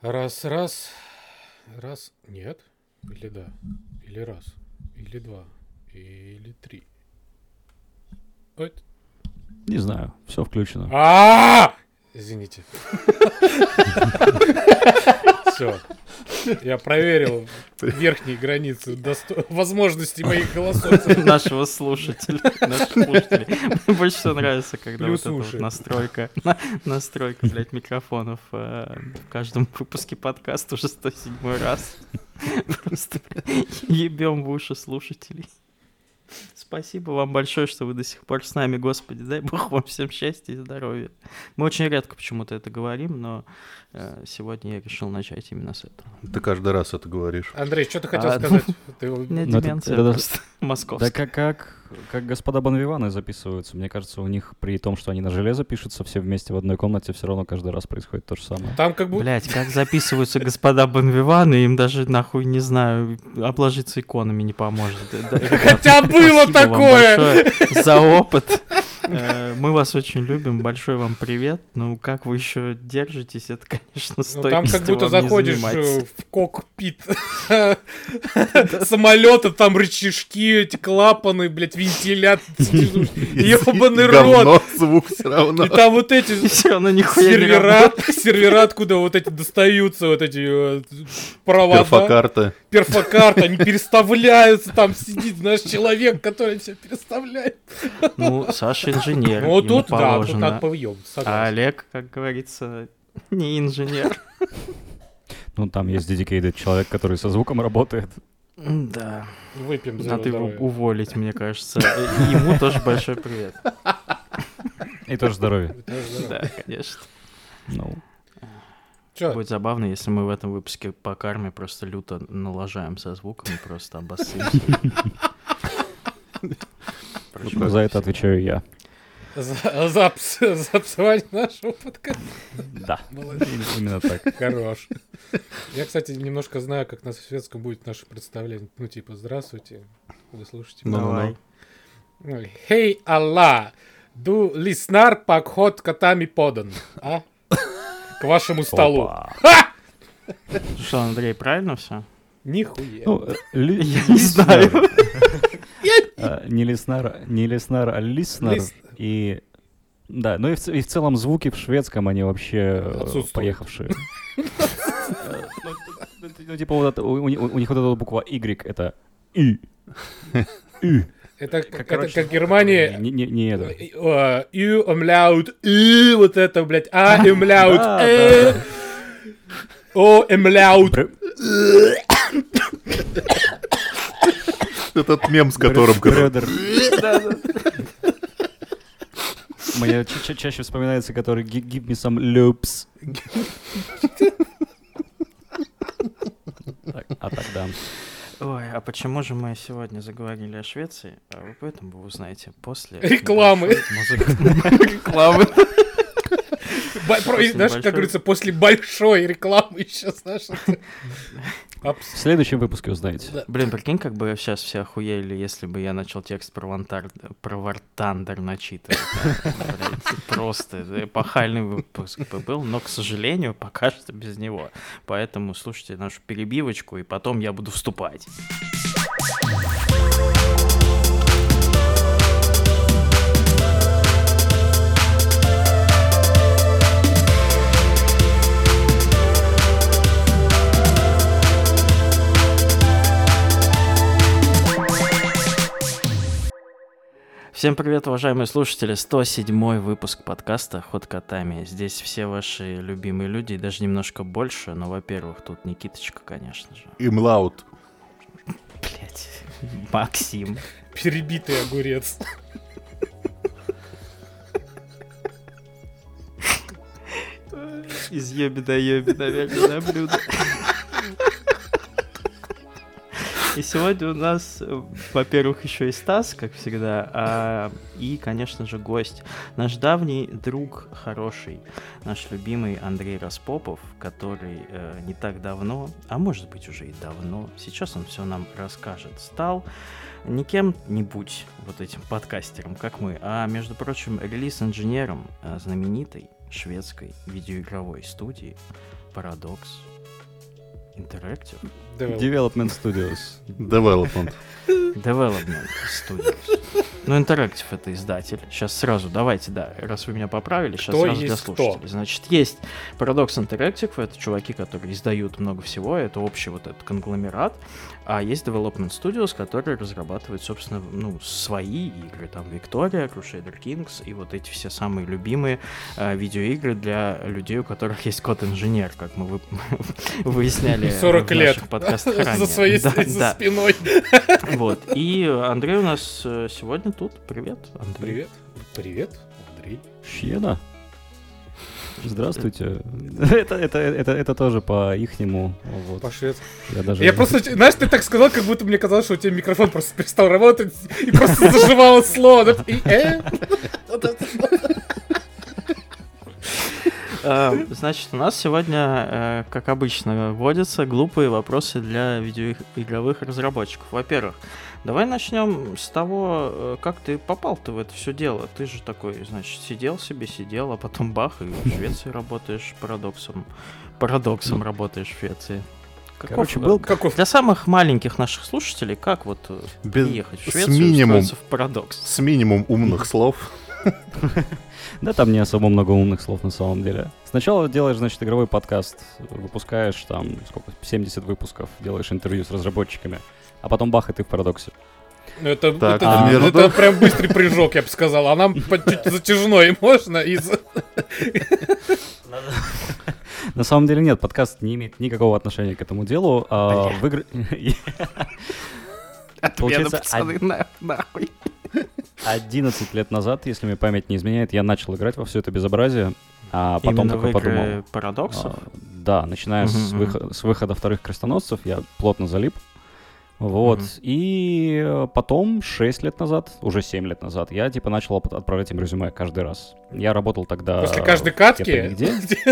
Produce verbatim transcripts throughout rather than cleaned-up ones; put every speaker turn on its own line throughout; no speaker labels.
Раз, раз, раз, нет, или да, или раз, или два, или три. Ой.
Не знаю, все включено.
А, извините. Все. Я проверил верхние границы досто... возможностей моих голосов.
Нашего слушателя. Наших слушателей. Мне больше всего нравится, когда
Плюс
вот эта вот
уши.
настройка, на- настройка, блядь, микрофонов э, в каждом выпуске подкаста уже сто седьмой раз. Просто ебем в уши слушателей. Спасибо вам большое, что вы до сих пор с нами, Господи. Дай Бог вам всем счастья и здоровья. Мы очень редко почему-то это говорим, но э, сегодня я решил начать именно с этого.
Ты каждый раз это говоришь.
Андрей, что ты хотел
А,
сказать? Ты...
У меня
Ну, это-
деменция
это-
просто
Да
московская.
как, как, как господа Бонвиваны записываются. Мне кажется, у них при том, что они на железо пишутся все вместе в одной комнате, все равно каждый раз происходит то же самое.
Там как будто...
Блять, как записываются господа Бонвиваны, им даже нахуй, не знаю, обложиться иконами не поможет. Да, ребят,
Хотя было
спасибо вам
такое!
большое за опыт. Э, Мы вас очень любим, большой вам привет. Ну, как вы еще держитесь, это, конечно,
Ну,
стоит.
там как будто заходишь э, в кокпит самолета, там рычажки, эти клапаны, блядь, вентилятор, ебаный рот.
Говно, звук все равно.
И там вот эти
Все равно нихуя не
сервера,
работает.
сервера, откуда вот эти достаются, вот эти э, провода,
Перфокарта.
перфокарта, они переставляются, там сидит наш человек, который все переставляет.
Ну, Саша инженер,
Ну,
ему
тут, да, тут
положено.
надо повъебаться,
А
согласен.
Олег, как говорится, не инженер.
Ну, там есть dedicated человек, который со звуком работает.
Да.
Выпьем за
Надо
его
его
здоровье.
уволить, мне кажется. И ему тоже большой привет.
И тоже здоровье.
Да, конечно.
Ну,
Чё?
Будет забавно, если мы в этом выпуске по карме просто люто налажаем со звуком и просто обоссымся.
ну, за это отвечаю я.
За, за, пс- за псование нашего подкаста.
Да,
Молодец.
именно так.
Хорош. Я, кстати, немножко знаю, как на шведском будет наше представление. Ну, типа, здравствуйте, вы слушаете.
Давай.
Ой, Хей, Алла, ду лиснар пакхот котами подан. А? К вашему столу.
Опа.
Что, Андрей, правильно все?
Нихуя.
Ну, э, ли-
Я не знаю.
А, Не Лиснар, не Лиснар, а Лиснар.
Лис-
И да, ну и в, ц- и в целом звуки в шведском, они вообще э,
Отсутствуют.
поехавшие. Э, Ну, ну, типа вот это, у у них у них вот эта буква Y, это И. И.
Это, как- это
короче,
как Германия.
Не не- не это.
э, Ю умляут, и вот это, блядь, а умляут,
Да,
э, о умляут.
Бр-
Этот мем, с которым...
Брёдер. Мне ча- ча- чаще вспоминается, который «Gi- give me some loops». Так, а тогда...
Ой, а почему же мы сегодня заговорили о Швеции? А вы поэтому вы узнаете после...
Рекламы.
небольшой музыки- Рекламы.
Ба- про-
После
Знаешь,
большой-
как говорится, после большой рекламы еще, знаешь, это- Апс.
В следующем выпуске узнаете.
Да.
Блин, прикинь, как бы сейчас все охуели, если бы я начал текст про, Вантар... про Вартандер начитывать. Да, блядь, просто эпохальный выпуск бы был, но, к сожалению, пока что без него. Поэтому слушайте нашу перебивочку, и потом я буду вступать. Всем привет, уважаемые слушатели. сто седьмой выпуск подкаста «Ход котами». Здесь все ваши любимые люди, и даже немножко больше. Но, во-первых, тут Никиточка, конечно же.
Имлаут.
Блять, Максим.
Перебитый огурец.
Из ёби до ёби, наверное, на блюдо. И сегодня у нас, э, во-первых, еще и Стас, как всегда, а, и, конечно же, гость. Наш давний друг хороший, наш любимый Андрей Распопов, который э, не так давно, а может быть уже и давно, сейчас он все нам расскажет, стал не кем-нибудь, вот этим подкастером, как мы, а, между прочим, релиз-инженером э, знаменитой шведской видеоигровой студии Paradox Interactive?
Development Studios.
Development.
Development Studios. Ну, Interactive — это издатель. Сейчас сразу, давайте, да, раз вы меня поправили, сейчас
Кто
сразу для
есть
слушателей.
кто?
Значит, есть Paradox Interactive, это чуваки, которые издают много всего, это общий вот этот конгломерат, а есть Development Studios, которые разрабатывают, собственно, ну, свои игры, там, Victoria, Crusader Kings и вот эти все самые любимые э, видеоигры для людей, у которых есть код-инженер, как мы вы- выясняли
сорок
в
лет
наших подкастах
за
ранее.
своей
Да,
за
да.
спиной.
Вот. И Андрей у нас э, сегодня тут. Привет, Андрей.
Привет. Привет, Андрей.
Щена. Здравствуйте. Это, это, это, это тоже по-ихнему. Вот.
По-шведски.
Я даже...
Я просто, знаешь, ты так сказал, как будто мне казалось, что у тебя микрофон просто перестал работать и просто заживало слово. Да, и, э? Вот это.
Э, Значит, у нас сегодня, э, как обычно, вводятся глупые вопросы для видеоигровых разработчиков. Во-первых, давай начнем с того, э, как ты попал-то в это все дело. Ты же такой, значит, сидел себе, сидел, а потом бах, и в Швеции работаешь парадоксом. Парадоксом работаешь в Швеции. Каков,
Короче,
э,
был...
Каков?
Для самых маленьких наших слушателей, как вот э,
Без-
приехать в
с
Швецию и
минимум-
устроиться в парадокс?
С минимум умных слов.
Да там не особо много умных слов на самом деле. Сначала делаешь, значит, игровой подкаст, выпускаешь там, сколько, семьдесят выпусков, делаешь интервью с разработчиками, а потом бах, и ты в парадоксе.
Ну, Это,
Так,
это,
а
между-
это прям быстрый прыжок, я бы сказал. А нам по чуть затяжной можно из...
На самом деле нет, подкаст не имеет никакого отношения к этому делу. а в игры- Получается,
пацаны, на- нахуй.
одиннадцать лет назад, если мне память не изменяет, я начал играть во все это безобразие, а потом
Именно в
такой
игры
подумал...
парадоксов?
а, Да, начиная с,
Мгм,
выхо- с выхода вторых крестоносцев, я плотно залип. Вот.
Мгм.
И э, потом, шесть лет назад, уже семь лет назад, я типа начал оп- отправлять им резюме каждый раз. Я работал тогда...
После каждой
в
катки
Кепре-Нигде.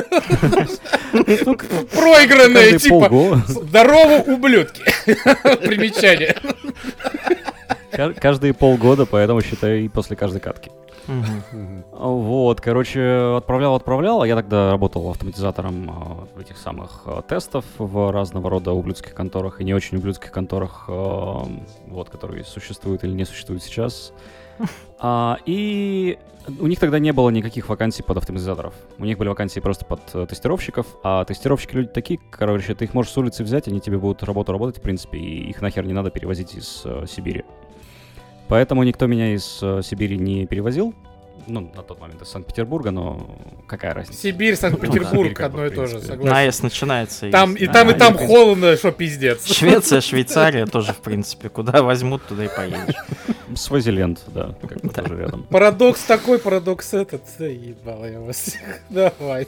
проигранные,
Каждые
типа,
полгода.
здорово, ублюдки. Примечание.
Ка- Каждые полгода, поэтому считай и после каждой катки.
Мгм.
Вот, короче, отправлял, отправлял, а я тогда работал автоматизатором а, в этих самых а, тестов в разного рода ублюдских конторах и не очень ублюдских конторах, а, вот, которые существуют или не существуют сейчас. А, и у них тогда не было никаких вакансий под автоматизаторов. У них были вакансии просто под э, тестировщиков, а тестировщики люди такие, короче, ты их можешь с улицы взять, они тебе будут работу работать, в принципе, и их нахер не надо перевозить из э, Сибири. Поэтому никто меня из э, Сибири не перевозил. Ну, на тот момент из Санкт-Петербурга, но какая разница?
Сибирь,
Ну,
Санкт-Петербург,
Сибирь, как бы,
одно и
в
то же,
принципе.
согласен.
Наезд начинается.
Там
из-
и там, и
да,
там
в принципе,
холодно, что пиздец.
Швеция, Швейцария тоже, в принципе. Куда возьмут, туда и поедешь.
Свазиленд, да, как бы
Да.
тоже рядом.
Парадокс такой, парадокс этот. Да ебал я вас всех. Давай.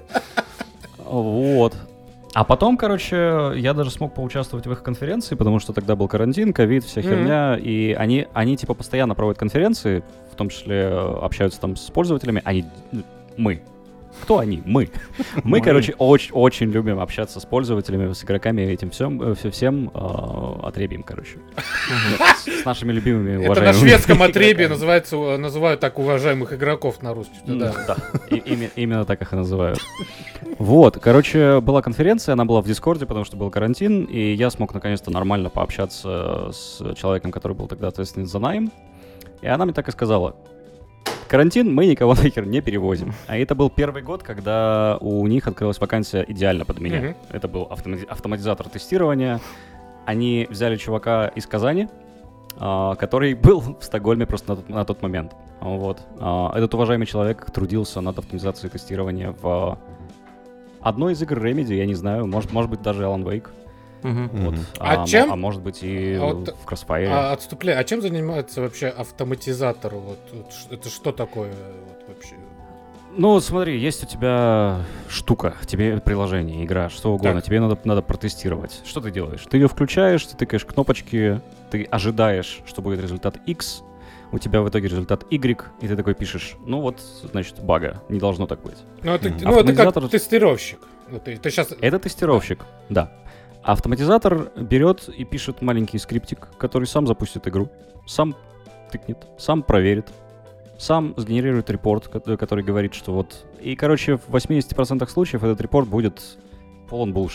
Вот. А потом, короче, я даже смог поучаствовать в их конференции, потому что тогда был карантин, ковид, вся
Мгм.
херня, и они, они типа постоянно проводят конференции, в том числе э, общаются там с пользователями, они, ну, мы. Кто они? Мы. Мы,
Мы.
короче, очень, очень любим общаться с пользователями, с игроками, этим всем, э, всё- всем э, отребием, короче. С, с нашими любимыми,
Это на
уважаемыми
шведском отребе
игроками.
называется, э, называют так уважаемых игроков на русском.
М,
Да.
Да, и- ими- именно так их и называют. Вот, короче, была конференция, она была в Дискорде, потому что был карантин, и я смог наконец-то нормально пообщаться с человеком, который был тогда ответственен за найм. И она мне так и сказала: карантин, мы никого нахер не перевозим. А это был первый год, когда у них открылась вакансия идеально под меня.
Мгм.
Это был автомати- автоматизатор тестирования. Они взяли чувака из Казани, а, который был в Стокгольме просто на тот, на тот момент. Вот. А, этот уважаемый человек трудился над автоматизацией тестирования в одной из игр Remedy, я не знаю, может, может быть даже Alan Wake.
Мгм.
Вот.
Мгм.
А
мо-
чем-
а может быть и
а вот-
в Crossfire.
А отступление. А чем занимается вообще автоматизатор? Вот, вот ш- это что такое вот, вообще?
Ну, смотри, есть у тебя штука, тебе приложение, игра, что угодно,
Так.
тебе надо, надо протестировать. Что ты делаешь? Ты ее включаешь, ты тыкаешь кнопочки, ты ожидаешь, что будет результат X, у тебя в итоге результат Y, и ты такой пишешь, ну вот, значит, бага, не должно так быть.
Ну, это,
Мгм.
ну, это как
Автоматизатор-
тестировщик. Ну, ты, ты сейчас...
Это тестировщик, да. Автоматизатор берет и пишет маленький скриптик, который сам запустит игру, сам тыкнет, сам проверит, сам сгенерирует репорт, ко- который говорит, что вот... И, короче, в восемьдесят процентов случаев этот репорт будет полон булшита.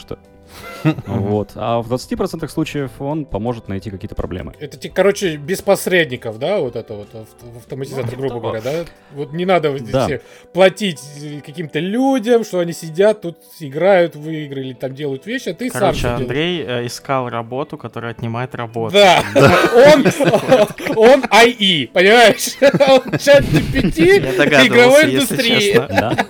Вот. А в двадцати процентах случаев он поможет найти какие-то проблемы.
Это, те- короче, без посредников, да, вот это вот ав- автоматизатор,
Ну,
грубо
типа
говоря, да? Вот не надо вот
Да.
все платить э, каким-то людям, что они сидят тут, играют в игры или там делают вещи, а ты сам
Короче,
всё делаешь.
Андрей э, искал работу, которая отнимает работу.
Да, он, он ай и, понимаешь? Он чат джи пи ти
Я догадывался,
игровой
если
индустрии.
честно.
Да.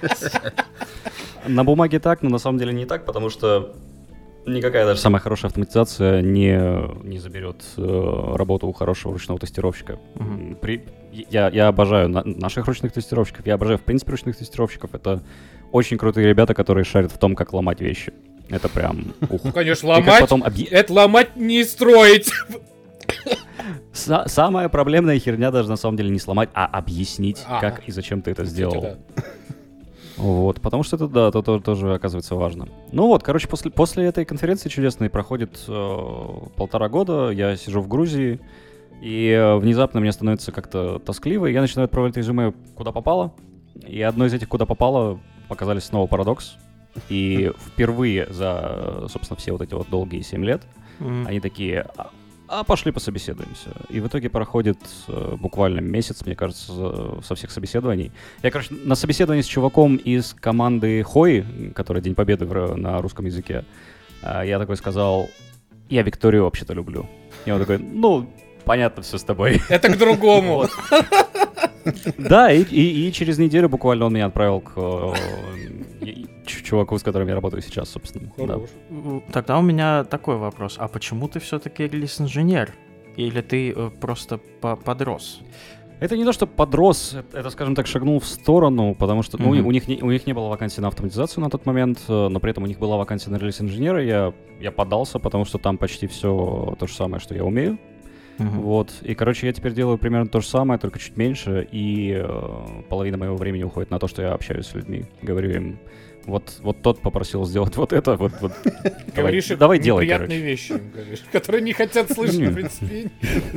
На бумаге так, но на самом деле не так, потому что никакая даже самая хорошая автоматизация не, не заберет э, работу у хорошего ручного тестировщика.
Мгм.
При, я, я обожаю на- наших ручных тестировщиков, я обожаю, в принципе, ручных тестировщиков. Это очень крутые ребята, которые шарят в том, как ломать вещи. Это прям... Ух.
Ну, конечно,
И как
ломать,
потом объ-
это ломать не строить.
Са- самая проблемная херня даже на самом деле не сломать, а объяснить,
А,
как и зачем ты это
Кстати,
сделал.
да.
Вот, потому что это, да, это то- тоже оказывается важно. Ну вот, короче, после, после этой конференции чудесной проходит э, полтора года, я сижу в Грузии, и э, внезапно мне становится как-то тоскливо, и я начинаю отправлять резюме куда попало, и одно из этих куда попало показались снова Paradox, и впервые за, собственно, все вот эти вот долгие семь лет
Мгм.
они такие, а, а пошли пособеседуемся. И в итоге проходит э, буквально месяц, мне кажется, за- со всех собеседований. Я, короче, на собеседовании с чуваком из команды Хои, который День Победы в р- на русском языке, э, я такой сказал, я Викторию вообще-то люблю. И он такой, ну, понятно все с тобой.
Это к другому.
Вот. Да, и, и- и через неделю буквально он меня отправил к э, и- ч- чуваку, с которым я работаю сейчас, собственно. Да.
Хорош.
М, Тогда у меня такой вопрос. А почему ты все-таки релиз-инженер? Или ты э, просто по- подрос?
Это не то, что подрос, это, скажем так, шагнул в сторону, потому что ну, у,
Мгм.
у них не, у них не было вакансии на автоматизацию на тот момент, э, но при этом у них была вакансия на релиз-инженера, я, я подался, потому что там почти все то же самое, что я умею.
Мгм.
Вот. И, короче, я теперь делаю примерно то же самое, только чуть меньше, и э, половина моего времени уходит на то, что я общаюсь с людьми. Говорю им, вот, вот тот попросил сделать вот это, вот, вот. Давай,
Говоришь им
давай делай,
неприятные
короче.
вещи, им говоришь, которые не хотят слышать,
Не.
в принципе.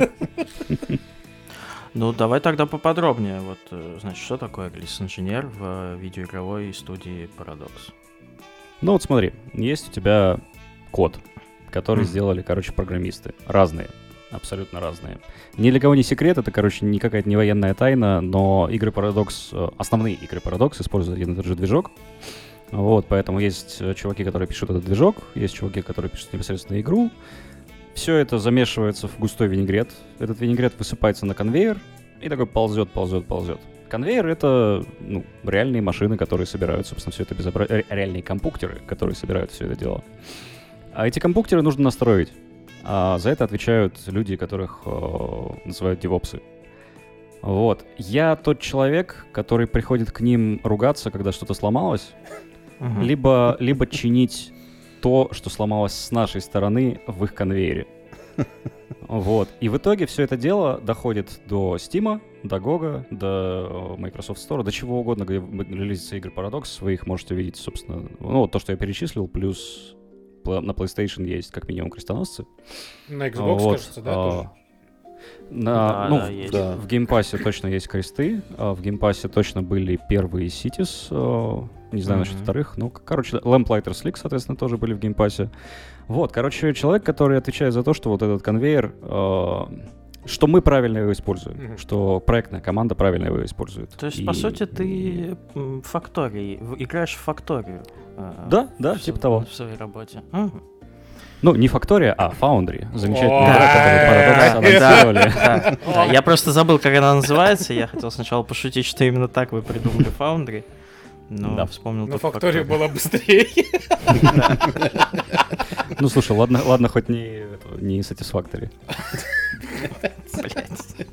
Ну, давай тогда поподробнее. Вот, э, значит, что такое релиз-инженер в э, видеоигровой студии Paradox?
Ну вот смотри, есть у тебя код, который
Мгм.
сделали, короче, программисты. Разные. Абсолютно разные. Ни для кого не секрет, это, короче, не какая-то не военная тайна, но игры Paradox, э, основные игры Paradox используют один и тот же движок. Вот, поэтому есть э, чуваки, которые пишут этот движок, есть чуваки, которые пишут непосредственно игру. Все это замешивается в густой винегрет. Этот винегрет высыпается на конвейер и такой ползет, ползет, ползет. Конвейер — это, ну, реальные машины, которые собирают, собственно, все это безобразие, реальные компьютеры, которые собирают все это дело. А эти компьютеры нужно настроить. А за это отвечают люди, которых э, называют девопсы. Вот. Я тот человек, который приходит к ним ругаться, когда что-то сломалось,
Мгм.
либо, либо чинить то, что сломалось с нашей стороны в их конвейере. Вот. И в итоге все это дело доходит до Steam, до Гога, до э, Microsoft Store, до чего угодно, где релизятся игры Paradox, вы их можете видеть, собственно, ну, вот то, что я перечислил, плюс пла- на PlayStation есть как минимум крестоносцы.
На Xbox,
Вот,
кажется, да,
а,
тоже?
На,
Да,
ну,
да,
в,
есть.
Да.
в геймпассе точно есть кресты, а в геймпассе точно были первые Cities, э, не знаю насчет
Мгм.
вторых, ну, к- короче, Lamplighters League, соответственно, тоже были в геймпассе. Вот, короче, человек, который отвечает за то, что вот этот конвейер, э, что мы правильно его используем,
Мгм.
что проектная команда правильно его использует.
То есть,
И-
по сути, ты м, факторий, в- играешь в факторию. э,
Да, да,
в
типа
св-
того.
В своей работе. Мгм.
Ну, не Factoria, а Foundry. Замечательная
О,
игра, которую Paradox
да.
анонсировали.
Да, да, я просто забыл, как она называется. Я хотел сначала пошутить, что именно так вы придумали Foundry. Но
Да.
вспомнил
Но
только
фактория
Factorio.
была быстрее.
Ну, слушай, ладно, ладно, хоть не, это, не Satisfactory.
Блядь.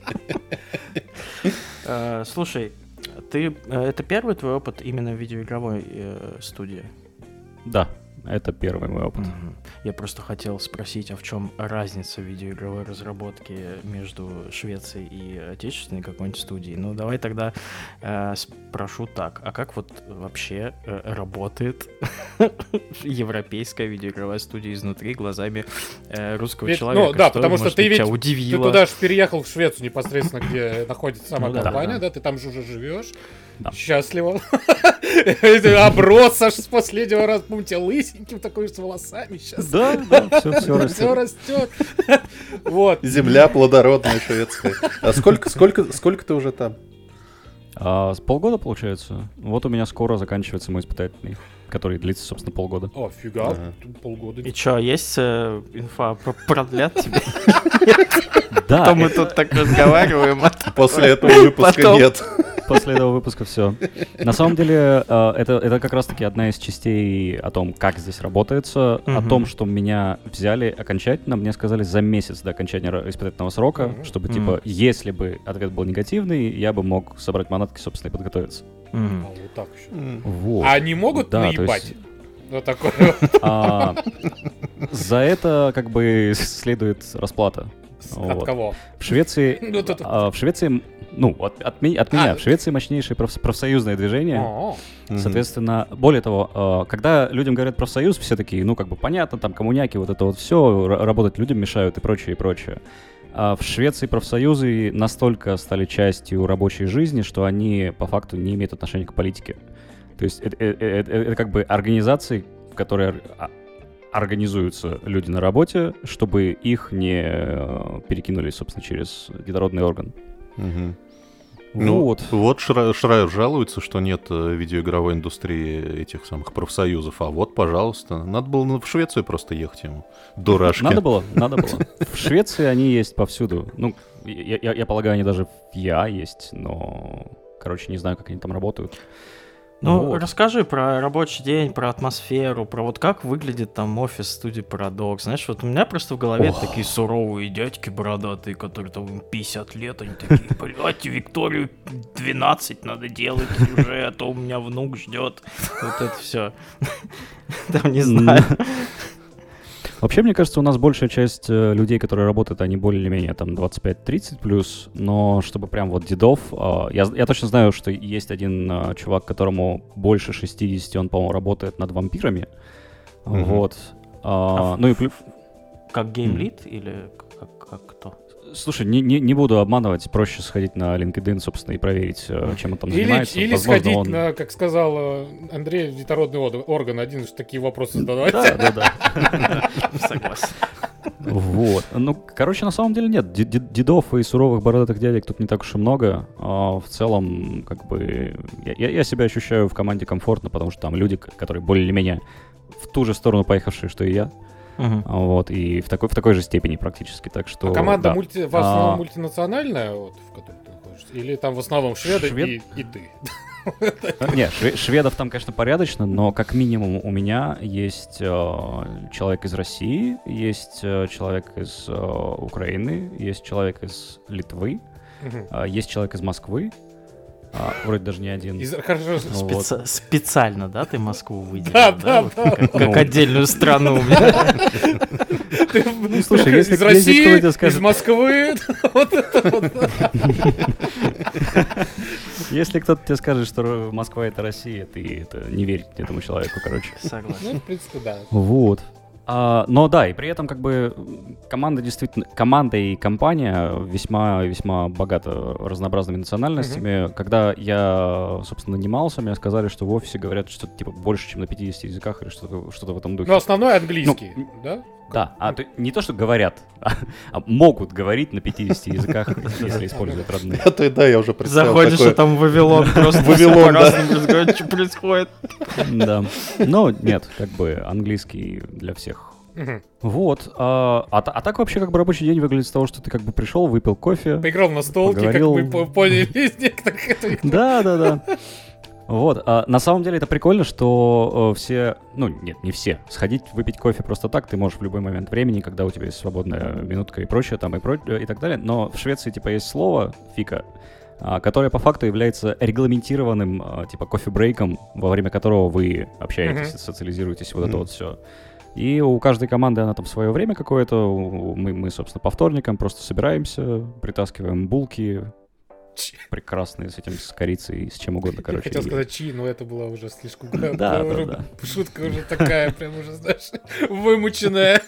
Э, Слушай, ты э, это первый твой опыт именно в видеоигровой э, студии?
Да, это первый мой опыт.
Мгм. Я просто хотел спросить, а в чем разница видеоигровой разработки между Швецией и отечественной какой-нибудь студией? Ну, давай тогда э, спрошу так. А как вот вообще э, работает европейская видеоигровая студия изнутри глазами э, русского
Ведь,
человека.
ну да,
что,
потому что
может
ты
быть,
ведь
тебя
ты
удивило.
туда же переехал в Швецию непосредственно, где находится сама
Ну да,
компания,
да.
да, ты там же уже живешь.
Да.
Счастливо. Оброс аж с последнего раза, помните, лысеньким такой с волосами сейчас.
Да, да, все, все
Все
растет.
растет. Вот.
Земля плодородная шведская. А сколько, сколько, сколько ты уже там?
А, с полгода, получается. Вот у меня скоро заканчивается мой испытательный, который длится, собственно, полгода.
О, фига,
Ага.
тут полгода.
И чё, есть э, инфа, про- продлят тебе?
Да,
То мы
э,
тут так разговариваем. а
После этого выпуска
Потом.
нет.
после этого выпуска все. На самом деле, э, это, это как раз-таки одна из частей о том, как здесь работается, о
Мгм.
том, что меня взяли окончательно, мне сказали за месяц до окончания ра- испытательного срока,
Мгм.
чтобы,
Мгм.
типа, если бы ответ был негативный, я бы мог собрать манатки, собственно, и подготовиться.
Мгм.
А, вот так еще.
Вот.
А они могут
Да, то
наебать?
есть-
Вот такое вот.
А, за это, как бы, следует расплата.
От
Вот.
кого?
В Швеции,
Ну, тут-
а, в Швеции, ну, от, от ми- от меня,
А.
в Швеции мощнейшее проф- профсоюзное движение.
О,
Соответственно, более того, э, когда людям говорят профсоюз, все такие, ну, как бы понятно, там коммуняки, вот это вот все, работать людям мешают и прочее, и прочее. А в Швеции профсоюзы настолько стали частью рабочей жизни, что они по факту не имеют отношения к политике. То есть это, это- это- это как бы организации, в которые ор- а- организуются люди на работе, чтобы их не э, перекинули, собственно, через детородный орган.
Мгм. Ну,
Вот.
вот Шра- Шрайер жалуется, что нет э, видеоигровой индустрии этих самых профсоюзов. А вот, пожалуйста. Надо было на- в Швецию просто ехать ему. Дурашки.
Надо было, надо было. В Швеции они есть повсюду. Ну, я, я- я полагаю, они даже в ЯА есть, но, короче, не знаю, как они там работают.
Ну,
Вот.
расскажи про рабочий день, про атмосферу, про вот как выглядит там офис студии Paradox. Знаешь, вот у меня просто в голове
Ох.
такие суровые дядьки бородатые, которые там им пятьдесят лет, они такие, блядь, Викторию двенадцать надо делать уже, а то у меня внук ждет. Вот это все. Там не знаю.
Вообще, мне кажется, у нас большая часть э, людей, которые работают, они более-менее там двадцать пять тридцать плюс, но чтобы прям вот дедов, э, я, я точно знаю, что есть один э, чувак, которому больше шестьдесят, он, по-моему, работает над вампирами.
Мгм.
Вот. А, ну и плю-
Как геймлид или как, как кто?
Слушай, не, не, не буду обманывать, проще сходить на LinkedIn, собственно, и проверить, э, чем он там
Или,
занимается.
или
Возможно,
сходить
он-
на, как сказал э, Андрей, в детородный од- орган, один же такие вопросы задавать.
Да, да, да.
Согласен.
Вот. Ну, короче, на самом деле нет. Д- д- Дедов и суровых бородатых дядек тут не так уж и много. А в целом, как бы, я, я- я себя ощущаю в команде комфортно, потому что там люди, к- которые более-менее в ту же сторону поехавшие, что и я.
Мгм.
А Вот, и в такой, в такой же степени практически. Так что,
А команда
да.
мульти, в основном
А.
мультинациональная, вот, в которой ты находишься? Или там в основном шведы
Швед-
и, и ты?
Не, шве- шведов там, конечно, порядочно, но как минимум у меня есть э, человек из России, есть э, человек из э, Украины, есть человек из Литвы,
Мгм.
э, есть человек из Москвы, а, вроде даже не один.
Из- Хорошо,
Вот.
Специ- Специально, да, ты Москву выделил?
Да, да,
Вот
да.
Как, как
Ну.
отдельную страну. меня.
ты
Ну, слушай, если-
из
если
России,
кто-то тебе
из
скажет-
Москвы. Вот это вот.
Если кто-то тебе скажет, что Ро- Москва — это Россия, ты это, не верь этому человеку, короче.
Согласен.
Ну, в принципе, да.
Вот. А, но да, и при этом как бы команда действительно, команда и компания весьма весьма богата разнообразными национальностями. Когда я, собственно, нанимался, мне сказали, что в офисе говорят что-то типа больше, чем на пятидесяти языках или что-то что-то в этом духе.
Но основной английский, да?
Да, а то- не то, что говорят, а, а могут говорить на пятидесяти языках, если используют родные.
А то, да, я уже представил
Заходишь,
такое.
а там Вавилон просто
Вавилон, да.
по-разному разговаривает, что происходит.
Да. Но нет, как бы английский для всех.
Мгм.
Вот. А, а та- а так вообще как бы рабочий день выглядит с того, что ты как бы пришел, выпил кофе.
Поиграл на столке, как
Поговорил.
мы по- поняли из некоторых. это-
Да, да, да. Вот, а на самом деле это прикольно, что э, все, ну нет, не все, сходить выпить кофе просто так ты можешь в любой момент времени, когда у тебя есть свободная минутка и прочее, там и, про- и так далее, но в Швеции типа есть слово «фика», а, которое по факту является регламентированным а, типа кофе-брейком, во время которого вы общаетесь,
Мгм.
социализируетесь, вот это
Мгм.
вот все. И у каждой команды она там свое время какое-то, у- мы, мы, собственно, по вторникам просто собираемся, притаскиваем булки, прекрасные с этим, с корицей и с чем угодно, короче.
Я хотел
и-
сказать чи, но это была уже слишком...
Да, да, да.
Шутка уже такая, прям уже, знаешь, вымученная.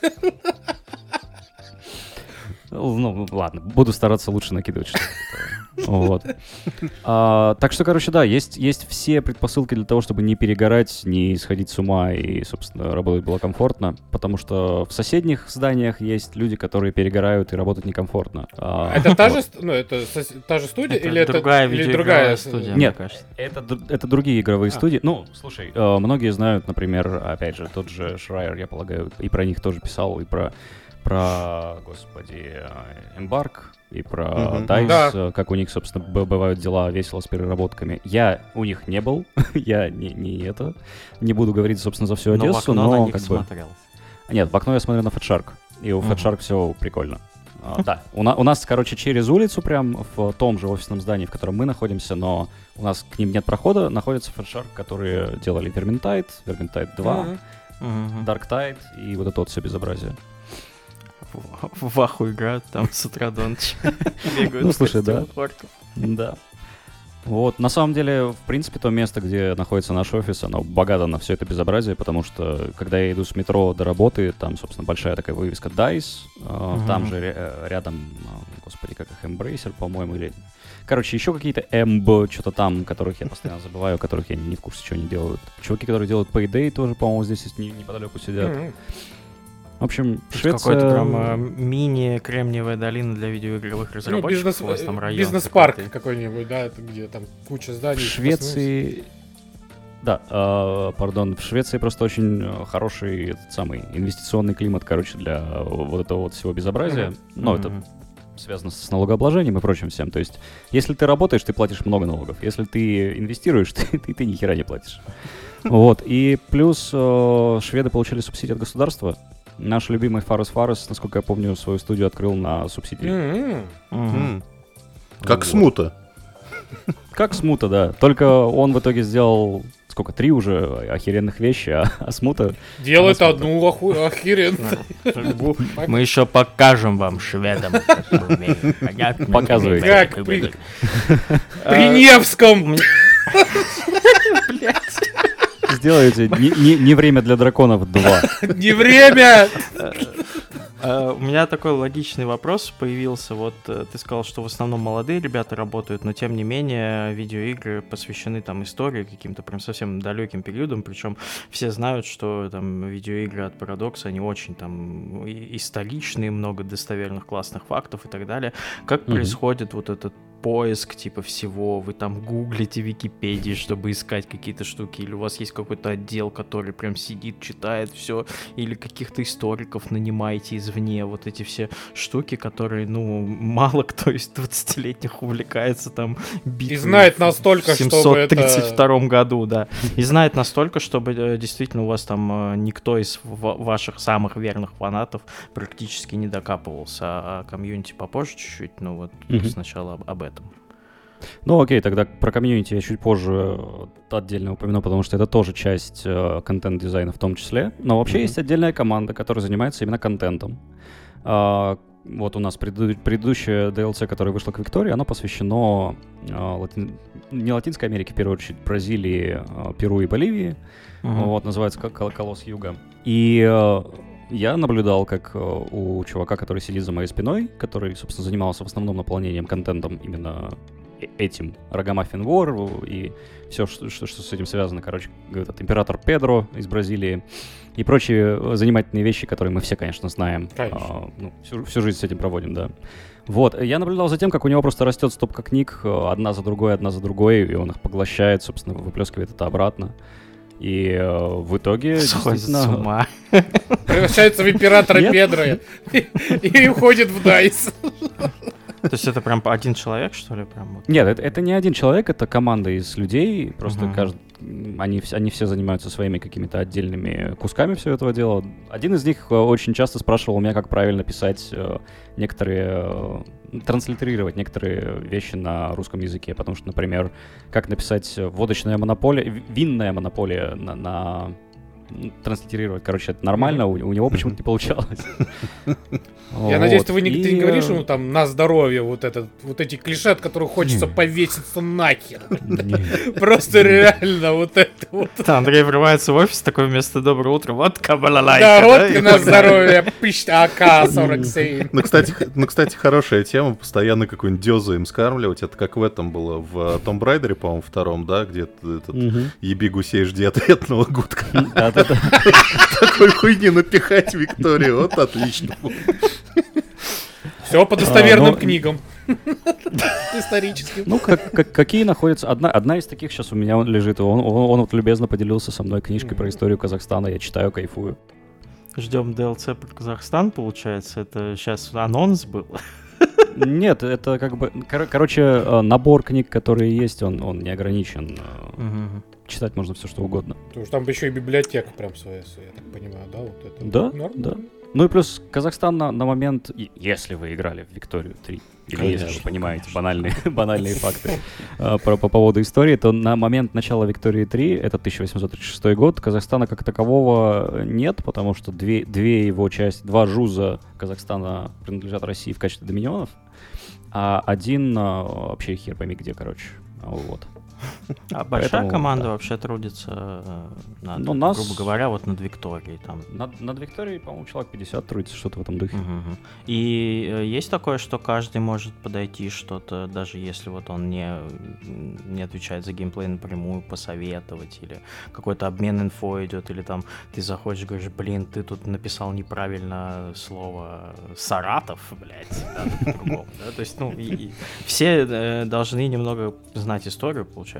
Ну, ладно, буду стараться лучше накидывать что-то. Вот. А, так что, короче, да, есть, есть все предпосылки для того, чтобы не перегорать, не сходить с ума и, собственно, работать было комфортно, потому что в соседних зданиях есть люди, которые перегорают и работать некомфортно. А,
Это та
вот.
же, ну, это сос- та же студия
Это
или это
другая
или
видеоигровая
другая
студия,
Нет.
мне кажется.
Это, д- это другие игровые
А.
студии. Ну, слушай, э, многие знают, например, опять же, тот же Schreier, я полагаю, и про них тоже писал, и про, про господи, э, Embark, и про
Мгм.
DICE,
Да.
э, как у них, собственно, б- бывают дела весело с переработками. Я у них не был, я не, не это, не буду говорить, собственно, за всю
Но в
Одессу,
окно
но
на них
как бы...
смотрел.
Нет, в окно я смотрю на Fatshark, и у
Мгм.
Fatshark все прикольно. А, да, у, на- у нас, короче, через улицу прям в том же офисном здании, в котором мы находимся, но у нас к ним нет прохода, находится Fatshark, которые делали Vermintide, Vermintide два,
Мгм.
Мгм.
Darktide и вот это вот все безобразие.
В в аху играют там с утра до ночи. Бегают
Ну,
в
слушай, да.
костюмах орков.
Да. Вот, на самом деле, в принципе, то место, где находится наш офис, оно богато на все это безобразие, потому что, когда я иду с метро до работы, там, собственно, большая такая вывеска DICE, э,
Мгм.
там же ря- э, рядом, э, господи, как их, Embracer, по-моему, или... Короче, еще какие-то эмб, что-то там, которых я постоянно забываю, которых я не в курсе, что они делают. Чуваки, которые делают Payday, тоже, по-моему, здесь есть не- неподалеку сидят.
Мгм.
В общем,
То есть
Швеция...
какой-то прям э, мини-кремниевая долина для видеоигровых
Ну,
разработчиков.
бизнес,
у вас там район
бизнес-парк
какой-то.
какой-нибудь, да, это где там куча зданий.
В Швеции... Да, э, пардон, в Швеции просто очень э, хороший этот самый инвестиционный климат, короче, для э, вот этого вот всего безобразия.
Мгм.
Ну, это
Мгм.
связано с налогообложением и прочим всем. То есть, если ты работаешь, ты платишь много налогов. Если ты инвестируешь, ты, ты, ты ни хера не платишь. Вот. И плюс э, шведы получили субсидии от государства. Наш любимый Фарес Фарес, насколько я помню, свою студию открыл на субсидии.
М-м.
Мгм.
М. Как
Вот.
смута.
Как Смута, да. Только он в итоге сделал, сколько, три уже охеренных вещи, а, а Смута...
Делает
Она
одну оху... охеренно.
Мы еще покажем вам, шведам, как мы умеем. Понятно?
Показывайте.
Как при-
А,
При Невском!
мне- Блядь.
Сделаете не, не- не время для драконов два.
Не время!
А, У меня такой логичный вопрос появился. Вот э, ты сказал, что в основном молодые ребята работают, но тем не менее видеоигры посвящены там истории каким-то прям совсем далеким периодам. Причем все знают, что там видеоигры от Paradox, они очень там и- историчные, много достоверных классных фактов и так далее. Как
Мгм.
происходит вот этот поиск типа всего? Вы там гуглите Википедии, чтобы искать какие-то штуки, или у вас есть какой-то отдел, который прям сидит, читает все, или каких-то историков нанимаете извне, вот эти все штуки, которые, ну, мало кто из двадцатилетних увлекается там битвой
И знает
в
настолько, чтобы это-
семьсот тридцать втором году, да. И знает настолько, чтобы э, действительно у вас там э, никто из ва- ваших самых верных фанатов практически не докапывался, а комьюнити попозже чуть-чуть, ну вот
Мгм.
сначала об, об этом.
Ну окей, тогда про комьюнити я чуть позже э, отдельно упомяну, потому что это тоже часть э, контент-дизайна в том числе. Но вообще
Мгм.
есть отдельная команда, которая занимается именно контентом. А, вот у нас преду- предыдущее ди эл си, которое вышло к Виктории, оно посвящено э, лати- не Латинской Америке, в первую очередь, Бразилии, э, Перу и Боливии.
Мгм.
Вот, называется как «Кол- «Колосс Юга». И э, я наблюдал, как э, у чувака, который сидит за моей спиной, который, собственно, занимался в основном наполнением контентом именно э- этим, Ragamuffin War и все, что, что, что с этим связано, короче, этот император Педро из Бразилии и прочие э, занимательные вещи, которые мы все, конечно, знаем.
Конечно.
А, ну, всю, всю жизнь с этим проводим, да. Вот, я наблюдал за тем, как у него просто растет стопка книг, э, одна за другой, одна за другой, и он их поглощает, собственно, выплескивает это обратно. И э, в итоге
Сходит с
действительно...
ума.
Превращается в императора
Нет.
Педро и, и уходит в Дайс.
То есть это прям один человек, что ли? Прям вот?
Нет, это, это не один человек, это команда из людей, просто
Мгм.
кажд- они, вс- они все занимаются своими какими-то отдельными кусками всего этого дела. Один из них э, очень часто спрашивал у меня, как правильно писать э, некоторые, э, транслитерировать некоторые вещи на русском языке, потому что, например, как написать водочная монополия, в- винная монополия на, на транслитерировать, короче, это нормально, у, у него почему-то не получалось.
Я надеюсь, ты не говоришь, ну там, на здоровье, вот этот, вот эти клише, от которых хочется повеситься нахер. Просто реально вот это вот.
Андрей врывается в офис, такой вместо «доброе утро», вот кабалалайка.
Да, вот на здоровье, пищ, АК сорок семь.
Ну, кстати, ну, кстати, хорошая тема, постоянно какую-нибудь дезу им скармливать. Это как в этом было, в Tomb Raider, по-моему, втором, да, где этот «Еби гусей, жди ответного гудка». Такой хуйни напихать Викторию, вот отлично.
Все по достоверным книгам. Историческим.
Ну, как, как, какие находятся... Одна, одна из таких сейчас у меня лежит. Он, он, он вот любезно поделился со мной книжкой про историю Казахстана. Я читаю, кайфую.
Ждем ди эл си про Казахстан, получается. Это сейчас анонс был?
Нет, это как бы... Кор- короче, набор книг, которые есть, он, он не ограничен. Угу. Читать можно все, что угодно.
Потому что там еще и библиотека прям своя, я так понимаю, да? Вот это
да,
норм?
Да. Ну и плюс Казахстан на, на момент, если вы играли в Викторию три, или конечно, если вы понимаете конечно. банальные, банальные факты uh, по, по поводу истории, то на момент начала Виктории три, это тысяча восемьсот тридцать шестой год, Казахстана как такового нет, потому что две, две его части, два жуза Казахстана принадлежат России в качестве доминионов, а один uh, вообще хер пойми где, короче, вот.
А большая Поэтому, команда да. вообще трудится над, ну, нас... грубо говоря, вот над Викторией там.
Над, над Викторией, по-моему, человек пятьдесят трудится, что-то в этом духе.
Uh-huh. И э, есть такое, что каждый может подойти что-то, даже если вот он не, не отвечает за геймплей напрямую, посоветовать, или какой-то обмен инфо идет, или там ты заходишь и говоришь, блин, ты тут написал неправильно слово Саратов, блядь, да, по-другому, да? То есть, ну, и, и все э, должны немного знать историю, получается.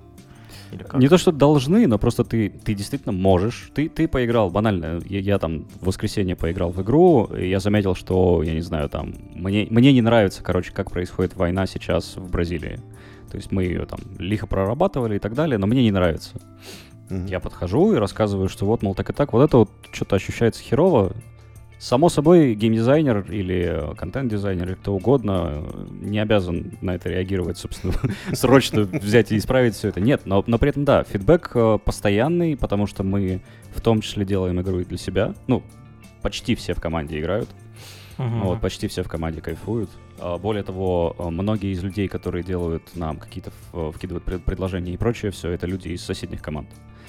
Не то, что должны, но просто ты, ты действительно можешь. Ты, ты поиграл, банально, я, я там в воскресенье поиграл в игру, и я заметил, что, я не знаю, там, мне, мне не нравится, короче, как происходит война сейчас в Бразилии. То есть мы ее там лихо прорабатывали и так далее, но мне не нравится. Mm-hmm. Я подхожу и рассказываю, что вот, мол, так и так, вот это вот что-то ощущается херово. Само собой, геймдизайнер или контент-дизайнер, или кто угодно, не обязан на это реагировать, собственно, срочно взять и исправить все это. Нет, но, но при этом, да, фидбэк постоянный, потому что мы в том числе делаем игру и для себя. Ну, почти все в команде играют. Uh-huh. Вот, почти все в команде кайфуют. Более того, многие из людей, которые делают нам какие-то, вкидывают предложения и прочее, все это люди из соседних команд.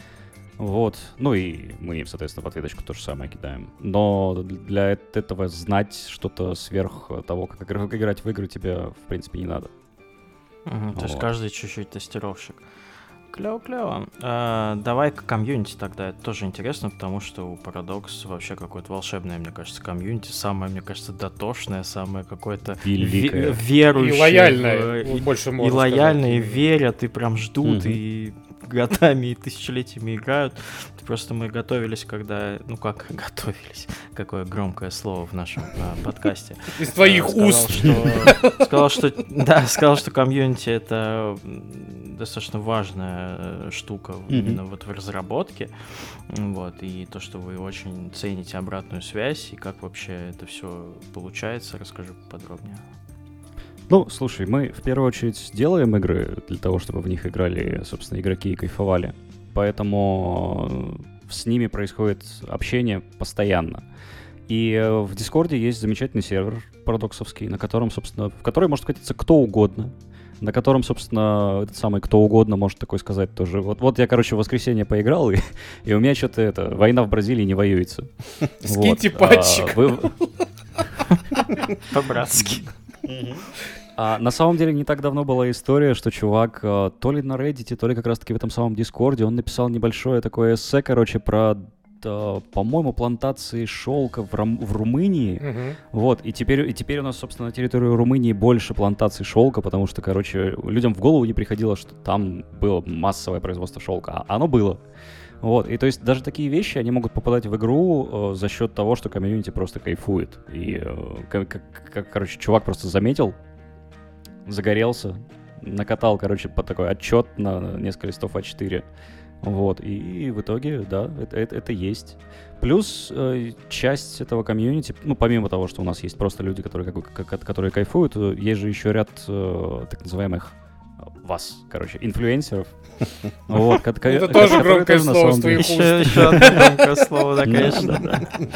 Вот, ну и мы им, соответственно, в ответочку то же самое кидаем. Но для этого знать что-то сверх того, как играть в игры, тебе, в принципе, не надо.
Угу, вот. То есть каждый чуть-чуть тестировщик. Клево-клево. А, давай-ка комьюнити тогда. Это тоже интересно, потому что у Paradox вообще какое-то волшебное, мне кажется, комьюнити. Самое, мне кажется, дотошное, самое какое-то
великое.
Ве- верующее.
И лояльное. И, больше
и лояльное, и верят, и прям ждут, угу. и годами и тысячелетиями играют. Просто мы готовились, когда... Ну как готовились? Какое громкое слово в нашем а, подкасте.
Из твоих сказал, уст.
Что, сказал, что... Да, сказал, что комьюнити — это достаточно важная штука mm-hmm. именно вот в разработке. Вот. И то, что вы очень цените обратную связь, и как вообще это все получается, расскажи поподробнее.
Ну, слушай, мы в первую очередь делаем игры для того, чтобы в них играли, собственно, игроки и кайфовали. Поэтому с ними происходит общение постоянно. И в Дискорде есть замечательный сервер парадоксовский, на котором, собственно, в который может катиться кто угодно, на котором, собственно, этот самый кто угодно может такой сказать тоже. Вот, вот я, короче, в воскресенье поиграл, и, и у меня что-то это, война в Бразилии не воюется.
Скиньте пальчик.
По-братски.
А, на самом деле не так давно была история, что чувак а, то ли на Reddit, то ли как раз-таки в этом самом Дискорде, он написал небольшое такое эссе, короче, про, да, по-моему, плантации шелка в, Рум- в Румынии. Uh-huh. Вот, и теперь, и теперь у нас, собственно, на территории Румынии больше плантаций шелка, потому что, короче, людям в голову не приходило, что там было массовое производство шелка, а оно было. Вот, и то есть даже такие вещи, они могут попадать в игру э, за счет того, что комьюнити просто кайфует. И, э, как, как, короче, чувак просто заметил, загорелся, накатал, короче, под такой отчет на несколько листов а четыре. Вот, и, и в итоге, да, это, это, это есть. Плюс э, часть этого комьюнити, ну, помимо того, что у нас есть просто люди, которые, как, как, которые кайфуют, есть же еще ряд э, так называемых вас, короче, инфлюенсеров. Вот,
это тоже громкое слово с твоих уст.
Еще одно громкое слово, да, конечно, да.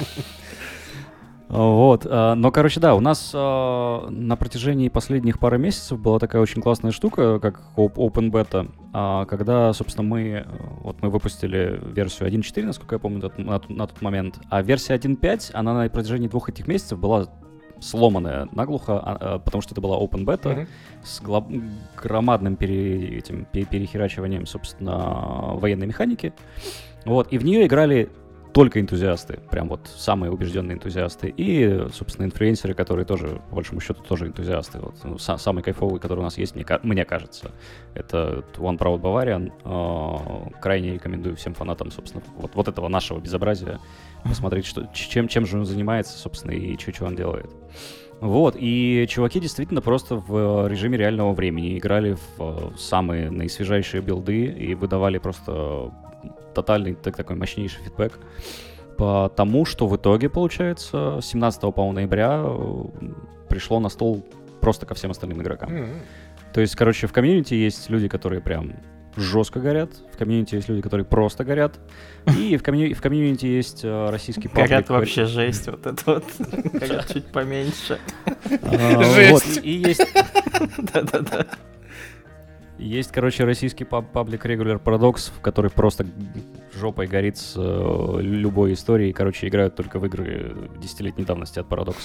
Вот, но, короче, да, у нас на протяжении последних пары месяцев была такая очень классная штука, как Open Beta, когда, собственно, мы, вот мы выпустили версию один точка четыре, насколько я помню, на, на тот момент, а версия один точка пять, она на протяжении двух этих месяцев была сломанная наглухо, потому что это была Open Beta mm-hmm. с глоб... громадным пере... этим, перехерачиванием, собственно, военной механики, вот, и в нее играли только энтузиасты, прям вот самые убежденные энтузиасты, и, собственно, инфлюенсеры, которые тоже, по большому счету, тоже энтузиасты. Вот, ну, са- самый кайфовый, который у нас есть, мне, мне кажется, это One Proud Bavarian. Э- крайне рекомендую всем фанатам, собственно, вот, вот этого нашего безобразия посмотреть, что, чем, чем же он занимается, собственно, и что он делает. Вот, и чуваки действительно просто в режиме реального времени играли в самые наисвежайшие билды и выдавали просто тотальный так, такой мощнейший фидбэк по тому, что в итоге, получается, семнадцатого по ноября пришло на стол просто ко всем остальным игрокам. Mm-hmm. То есть, короче, в комьюнити есть люди, которые прям жестко горят, в комьюнити есть люди, которые просто горят, и в, комью... в комьюнити есть э, российский паблик.
Горят вообще жесть, вот это вот. Горят чуть поменьше.
Жесть.
И есть...
Да-да-да.
Есть, короче, российский паб- паблик Regular Paradox, в который просто жопой горит с э, любой историей. Короче, играют только в игры десятилетней давности от Paradox.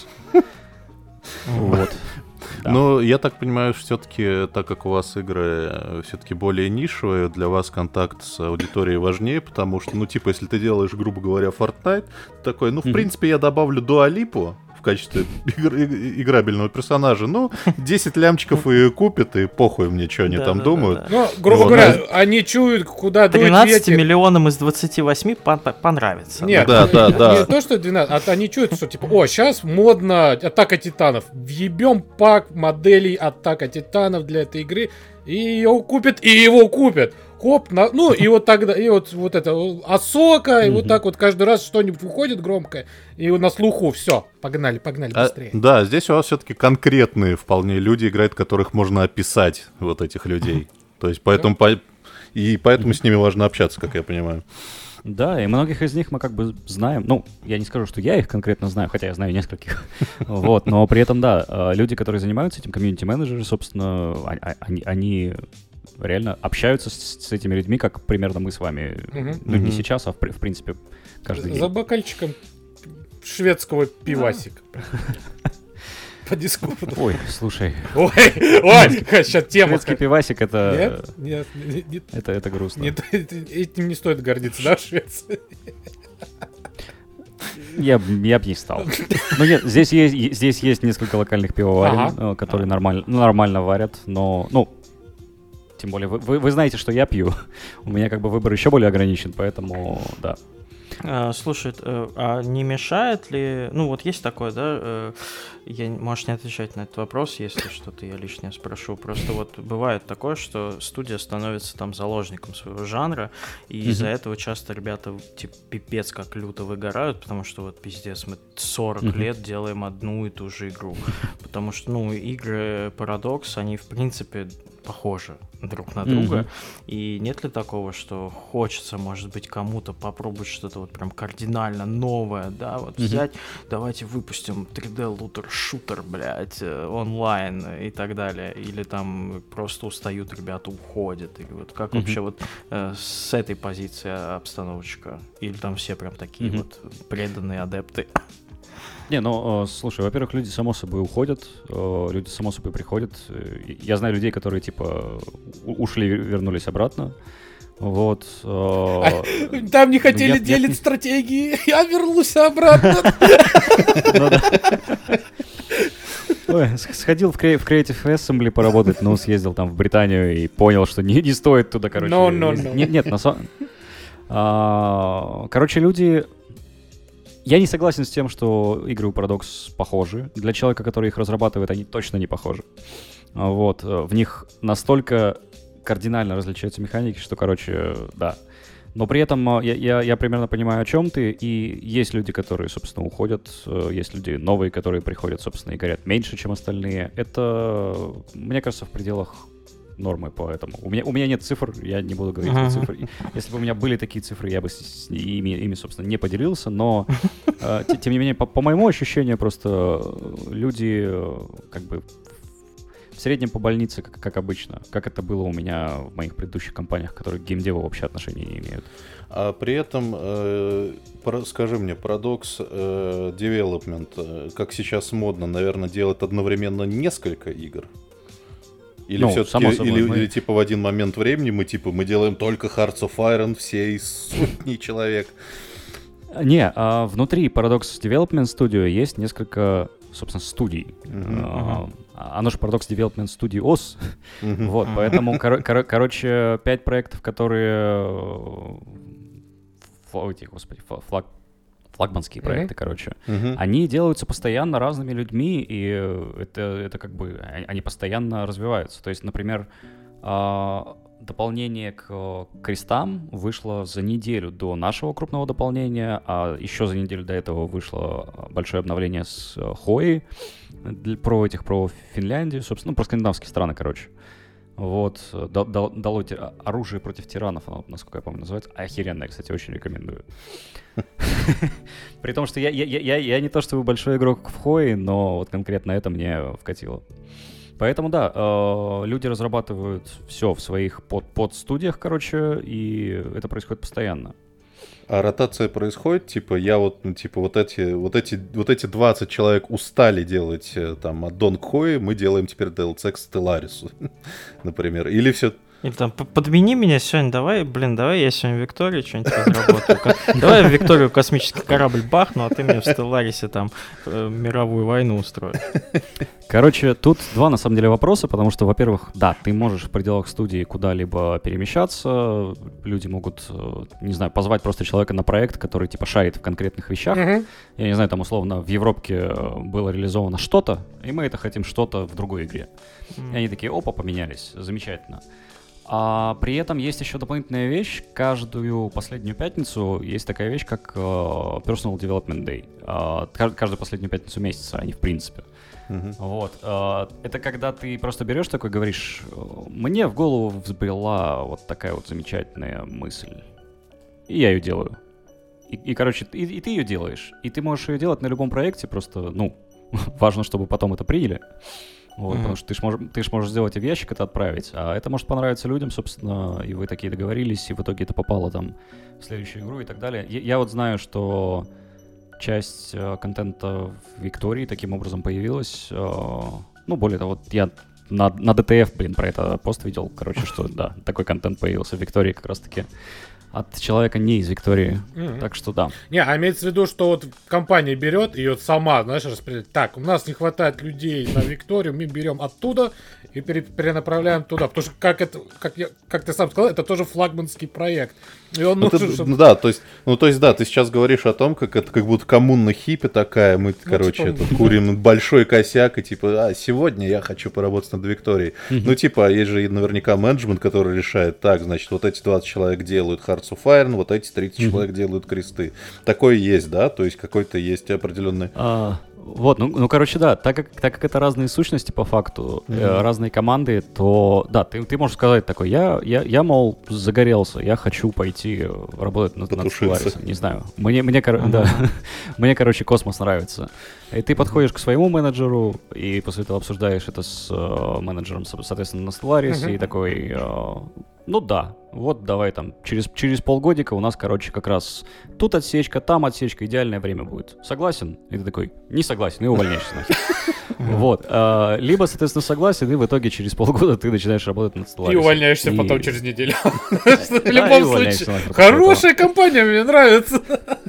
Вот.
Ну, я так понимаю, все-таки, так как у вас игры все-таки более нишевые, для вас контакт с аудиторией важнее, потому что, ну, типа, если ты делаешь, грубо говоря, Fortnite, такой, ну, в принципе, я добавлю Дуа Липу в качестве игр- играбельного персонажа, ну, десять лямчиков и купят, и похуй мне, что они
да,
там
да,
думают.
Да,
да. Ну, грубо говоря, они чуют, куда дуть
тринадцать миллионам из двадцати восьми понравится.
Нет,
да,
не,
да,
не,
да.
не то, что двенадцать, а они чуют, что типа, о, сейчас модно Атака Титанов. Въебем пак моделей Атака Титанов для этой игры, и его купят, и его купят. Хоп, на, ну и вот тогда, и вот, вот это Асока, и вот так вот каждый раз что-нибудь выходит громкое, и на слуху, все, погнали, погнали, быстрее.
А, да, здесь у вас все-таки конкретные вполне люди играют, которых можно описать, вот этих людей. То есть поэтому, по, и поэтому с ними важно общаться, как я понимаю.
Да, и многих из них мы как бы знаем. Ну, я не скажу, что я их конкретно знаю, хотя я знаю нескольких. Вот, но при этом, да, люди, которые занимаются этим, комьюнити-менеджеры, собственно, они, они реально общаются с, с этими людьми, как примерно мы с вами. Uh-huh. Ну, не uh-huh. сейчас, а в, в принципе каждый день.
За бокальчиком шведского пивасика. По дискорду.
Ой, слушай.
Ой, ой, сейчас тема.
Шведский пивасик — это...
Нет, нет, нет.
Это, это грустно.
Нет, этим не стоит гордиться, да, в Швеции?
Я, я бы не стал. Ну нет, здесь есть, здесь есть несколько локальных пивоварен, ага. которые ага. нормально, нормально варят, но... ну тем более, вы, вы, вы знаете, что я пью. У меня как бы выбор еще более ограничен, поэтому да.
А, слушай, а не мешает ли... Ну, вот есть такое, да? Я, можешь не отвечать на этот вопрос, если что-то я лишнее спрошу. Просто вот бывает такое, что студия становится там заложником своего жанра, и mm-hmm. из-за этого часто ребята типа пипец как люто выгорают, потому что вот пиздец, мы сорок mm-hmm. лет делаем одну и ту же игру. Потому что, ну, игры Paradox, они в принципе похожи друг на друга. Mm-hmm. И нет ли такого, что хочется, может быть, кому-то попробовать что-то вот прям кардинально новое, да, вот mm-hmm. взять, давайте выпустим три дэ-лутер-шутер, блядь, онлайн и так далее. Или там просто устают ребята, уходят. Или вот как mm-hmm. вообще вот э, с этой позиции обстановочка? Или там все прям такие mm-hmm. вот преданные адепты?
Не, ну, э, слушай, во-первых, люди само собой уходят, э, люди само собой приходят. Я знаю людей, которые, типа, ушли, вернулись обратно. Вот. Э,
Там не хотели ну, делить я... стратегии, я вернулся обратно.
Ой, сходил в Creative Assembly поработать, но съездил там в Британию и понял, что не, не стоит туда, короче.
No, no, no.
Нет, нет, на самом... Короче, люди... Я не согласен с тем, что игры у Paradox похожи. Для человека, который их разрабатывает, они точно не похожи. Вот. В них настолько кардинально различаются механики, что, короче, да. Но при этом я, я, я примерно понимаю, о чем ты, и есть люди, которые, собственно, уходят, есть люди новые, которые приходят, собственно, и горят меньше, чем остальные. Это, мне кажется, в пределах нормы по этому. У меня, у меня нет цифр, я не буду говорить uh-huh. цифры. Если бы у меня были такие цифры, я бы с, с ими, ими, собственно, не поделился, но, э, тем не менее, по, по моему ощущению, просто люди э, как бы в среднем по больнице, как, как обычно, как это было у меня в моих предыдущих компаниях, которые к геймдеву вообще отношения не имеют.
А при этом, э, про, скажи мне, Paradox э, Development, э, как сейчас модно, наверное, делает одновременно несколько игр? Или ну, все-таки, собой, или, мы... или типа в один момент времени мы типа мы делаем только Hearts of Iron всей сотни человек?
Не, а внутри Paradox Development Studio есть несколько, собственно, студий. Uh-huh, uh-huh. Оно же Paradox Development Studios. Uh-huh. Вот, uh-huh. поэтому, кор- кор- короче, пять проектов, которые эти, господи, флаг, флагманские проекты, uh-huh. короче, uh-huh. они делаются постоянно разными людьми, и это, это как бы, они постоянно развиваются. То есть, например, дополнение к крестам вышло за неделю до нашего крупного дополнения, а еще за неделю до этого вышло большое обновление с Хои про этих, про Финляндию, собственно, ну, про скандинавские страны, короче. Вот, дало оружие против тиранов, оно, насколько я помню, называется. Охеренное, кстати, очень рекомендую. При том, что я, я, я, я не то чтобы большой игрок в Хои, но вот конкретно это мне вкатило. Поэтому, да, э, люди разрабатывают все в своих под, подстудиях, короче, и это происходит постоянно.
А ротация происходит, типа, я вот, ну, типа, вот эти, вот эти, вот эти двадцать человек устали делать там аддон к Хои, мы делаем теперь ди эл си к Stellaris, например, или все...
Или там, подмени меня сегодня, давай, блин, давай я сегодня в Виктории что-нибудь разработаю. Давай я в Викторию космический корабль бахну, а ты мне в Stellaris там э, мировую войну устроишь.
Короче, тут два, на самом деле, вопроса, потому что, во-первых, да, ты можешь в пределах студии куда-либо перемещаться, люди могут, не знаю, позвать просто человека на проект, который, типа, шарит в конкретных вещах. Mm-hmm. Я не знаю, там, условно, в Европке было реализовано что-то, и мы это хотим что-то в другой игре. Mm-hmm. И они такие, опа, поменялись, замечательно. А при этом есть еще дополнительная вещь. Каждую последнюю пятницу есть такая вещь, как uh, Personal Development Day. Uh, каждую последнюю пятницу месяца, а не в принципе. Uh-huh. Вот. Uh, это когда ты просто берешь такой, говоришь, мне в голову взбрела вот такая вот замечательная мысль. И я ее делаю. И, и короче, и, и ты ее делаешь. И ты можешь ее делать на любом проекте, просто, ну, важно, чтобы потом это приняли. Вот, mm-hmm. Потому что ты ж, можешь, ты ж можешь сделать и в ящик это отправить, а это может понравиться людям, собственно, и вы такие договорились, и в итоге это попало там в следующую игру и так далее. Я, я вот знаю, что часть э, контента в Виктории таким образом появилась. Э, ну, более того, вот я на, на ди ти эф, блин, про это пост видел, короче, что да, такой контент появился в Виктории как раз-таки. От человека не из Виктории, mm-hmm. так что да.
Не, а имеется в виду, что вот компания берет и вот сама, знаешь, распределяет. Так, у нас не хватает людей на Викторию, мы берем оттуда и пере- перенаправляем туда. Потому что, как, это, как, я, как ты сам сказал, это тоже флагманский проект. И он
ну,
нужен,
ты,
чтобы...
да, то есть, ну, то есть, да, ты сейчас говоришь о том, как это как будто коммуна хиппи такая, мы, ну, короче, типа... это, курим большой косяк, и типа, а, сегодня я хочу поработать над Викторией. Mm-hmm. Ну, типа, есть же наверняка менеджмент, который решает, так, значит, вот эти двадцать человек делают Hearts of Iron, вот эти тридцать mm-hmm. человек делают кресты. Такое есть, да? То есть, какой-то есть определенный...
А... Вот, ну, ну, короче, да, так как, так как это разные сущности по факту, mm-hmm. э, разные команды, то, да, ты, ты можешь сказать такой, я, я, я, мол, загорелся, я хочу пойти работать над, над Stellaris, не знаю, мне, мне, кор- mm-hmm. да, мне, короче, космос нравится. И ты подходишь к своему менеджеру, и после этого обсуждаешь это с э, менеджером, соответственно, на Stellaris, mm-hmm. и такой, э, ну да, вот давай там, через, через полгодика у нас, короче, как раз тут отсечка, там отсечка, идеальное время будет. Согласен? И ты такой, не согласен, и увольняешься нахер. Вот. Либо, соответственно, согласен, и в итоге через полгода ты начинаешь работать над Stellaris.
И увольняешься потом через неделю. В любом случае. Хорошая компания, мне нравится.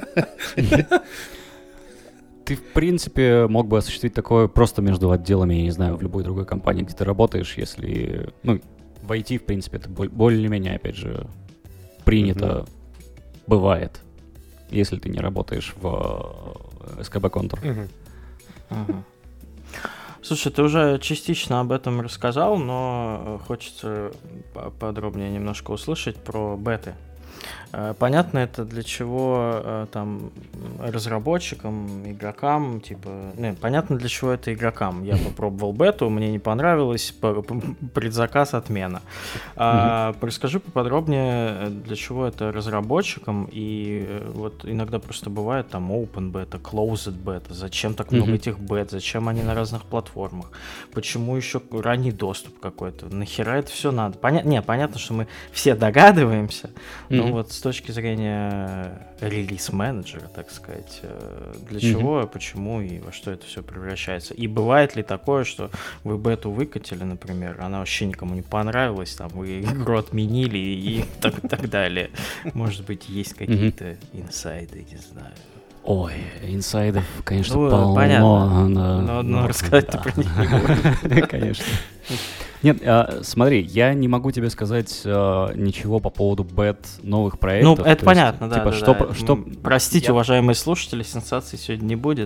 Ты, в принципе, мог бы осуществить такое просто между отделами, я не знаю, в любой другой компании, где ты работаешь, если... Ну, в ай ти, в принципе, это более-менее, опять же, принято, mm-hmm. бывает, если ты не работаешь в эс ка би Contour.
Mm-hmm. Mm-hmm. Слушай, ты уже частично об этом рассказал, но хочется подробнее немножко услышать про беты. Понятно, это для чего там разработчикам, игрокам, типа, не, понятно, для чего это игрокам. Я попробовал бету, мне не понравилось, предзаказ отмена. А, расскажи поподробнее, для чего это разработчикам, и вот иногда просто бывает там open beta, closed beta, зачем так много mm-hmm. этих бет, зачем они на разных платформах, почему еще ранний доступ какой-то, нахера это все надо? Поня... Не, понятно, что мы все догадываемся, mm-hmm. но вот с точки зрения релиз-менеджера, так сказать, для mm-hmm. чего, почему и во что это все превращается. И бывает ли такое, что вы бету выкатили, например, она вообще никому не понравилась, там вы игру отменили и так, так далее. Может быть, есть какие-то mm-hmm. инсайды, не знаю.
Ой, инсайдов, конечно,
ну,
полно.
Понятно.
Но,
но, но, но рассказать ты про них не
будешь. Конечно. Нет, а, смотри, я не могу тебе сказать а, ничего по поводу бет новых проектов.
Ну, это понятно, есть, да,
типа,
да,
что,
да.
Что,
Простите,
я...
уважаемые слушатели, сенсаций сегодня не будет.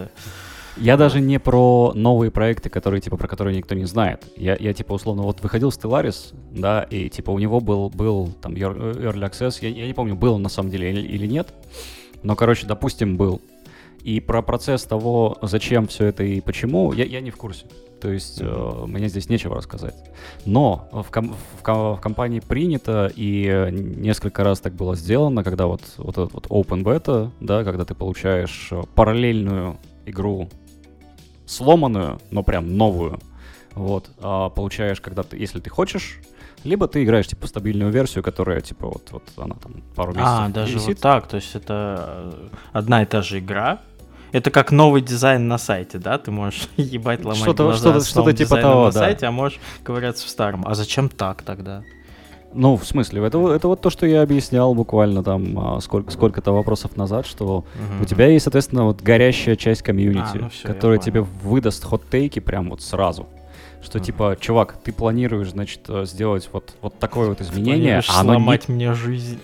Я даже не про новые проекты, которые, типа, про которые никто не знает. Я, я типа, условно, вот выходил Stellaris, да, и, типа, у него был, был там, Early Access, я, я не помню, был он на самом деле или, или нет, но, короче, допустим, был. И про процесс того, зачем все это и почему, я, я не в курсе. То есть mm-hmm. э, мне здесь нечего рассказать. Но в, ком- в, ком- в компании принято, и несколько раз так было сделано, когда вот, вот этот вот open beta, да, когда ты получаешь параллельную игру, сломанную, но прям новую, вот, а получаешь, когда ты, если ты хочешь, либо ты играешь, типа, стабильную версию, которая, типа, вот, вот она там пару месяцев
А, даже
висит.
вот так, то есть это одна и та же игра. Это как новый дизайн на сайте, да? Ты можешь ебать, ломать
что-то,
глаза
что-то,
с
что-то
новым
типа
дизайном
того,
на
да.
сайте, а можешь ковыряться в старом. А зачем так тогда?
Ну, в смысле, это, это вот то, что я объяснял буквально там сколько, сколько-то вопросов назад, что угу. у тебя есть, соответственно, вот горящая часть комьюнити, а, ну все, которая тебе выдаст хот-тейки прям вот сразу. Что угу. типа, чувак, ты планируешь, значит, сделать вот, вот такое вот изменение,
а оно сломать не... мне жизнь.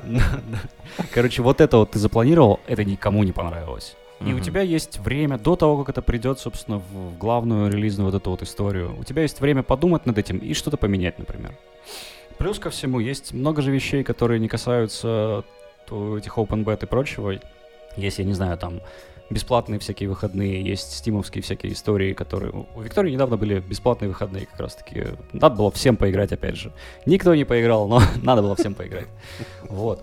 Короче, вот это вот ты запланировал, это никому не понравилось. И uh-huh. у тебя есть время до того, как это придет, собственно, в главную релизную вот эту вот историю. У тебя есть время подумать над этим и что-то поменять, например. Плюс ко всему, есть много же вещей, которые не касаются этих open beta и прочего. Есть, я не знаю, там, бесплатные всякие выходные, есть стимовские всякие истории, которые... У Виктории недавно были бесплатные выходные как раз-таки. Надо было всем поиграть, опять же. Никто не поиграл, но надо было всем поиграть. Вот.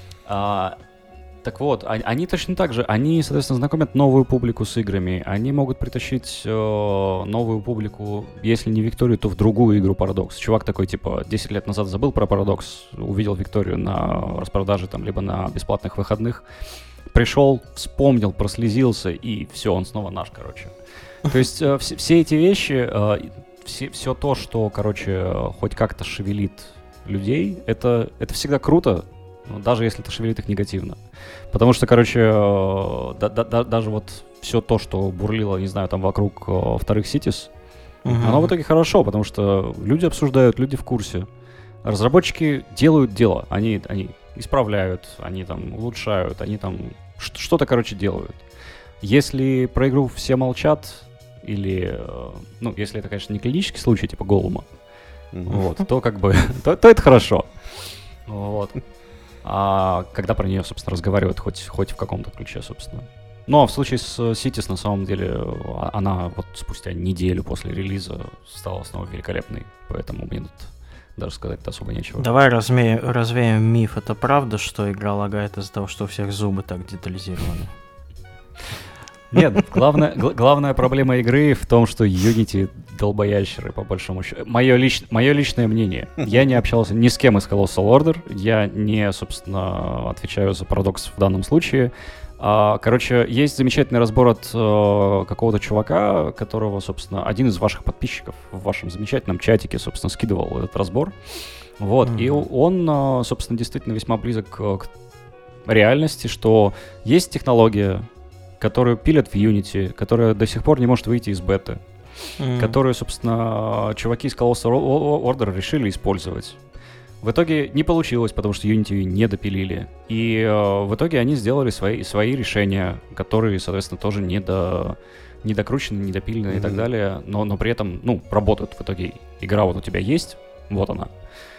Так вот, они точно так же, они, соответственно, знакомят новую публику с играми, они могут притащить э, новую публику, если не Викторию, то в другую игру Paradox. Чувак такой, типа, десять лет назад забыл про Paradox, увидел Викторию на распродаже, там, либо на бесплатных выходных, пришел, вспомнил, прослезился, и все, он снова наш, короче. То есть э, все, все эти вещи, э, все, все то, что, короче, хоть как-то шевелит людей, это, это всегда круто, даже если это шевелит их негативно. Потому что, короче, да, да, даже вот все то, что бурлило, не знаю, там вокруг вторых Cities, uh-huh. оно в итоге хорошо, потому что люди обсуждают, люди в курсе. Разработчики делают дело, они, они исправляют, они там улучшают, они там что-то, короче, делают. Если про игру все молчат, или, ну, если это, конечно, не клинический случай, типа Голума, uh-huh. вот, то как бы, то, то это хорошо. Вот. А когда про нее, собственно, разговаривают хоть, хоть в каком-то ключе, собственно. Ну, а в случае с Cities, на самом деле, она вот спустя неделю после релиза стала снова великолепной, поэтому мне тут даже сказать-то особо нечего.
Давай развеем, развеем миф. Это правда, что игра лагает из-за того, что у всех зубы так детализированы?
Нет, главная, г- главная проблема игры в том, что Unity долбоящеры, по большому счету. Мое, лич, мое личное мнение. Я не общался ни с кем из Colossal Order, я не, собственно, отвечаю за Paradox в данном случае. А, короче, есть замечательный разбор от э, какого-то чувака, которого, собственно, один из ваших подписчиков в вашем замечательном чатике, собственно, скидывал этот разбор. Вот, mm-hmm. и он, собственно, действительно весьма близок к реальности, что есть технология, которую пилят в Unity, которая до сих пор не может выйти из беты, mm. которую, собственно, чуваки из Colossal Order решили использовать. В итоге не получилось, потому что Unity ее не допилили. И э, в итоге они сделали свои, свои решения, которые, соответственно, тоже не, до, не докручены, не допилены mm-hmm. и так далее, но, но при этом, ну, работают в итоге. Игра вот у тебя есть, вот она.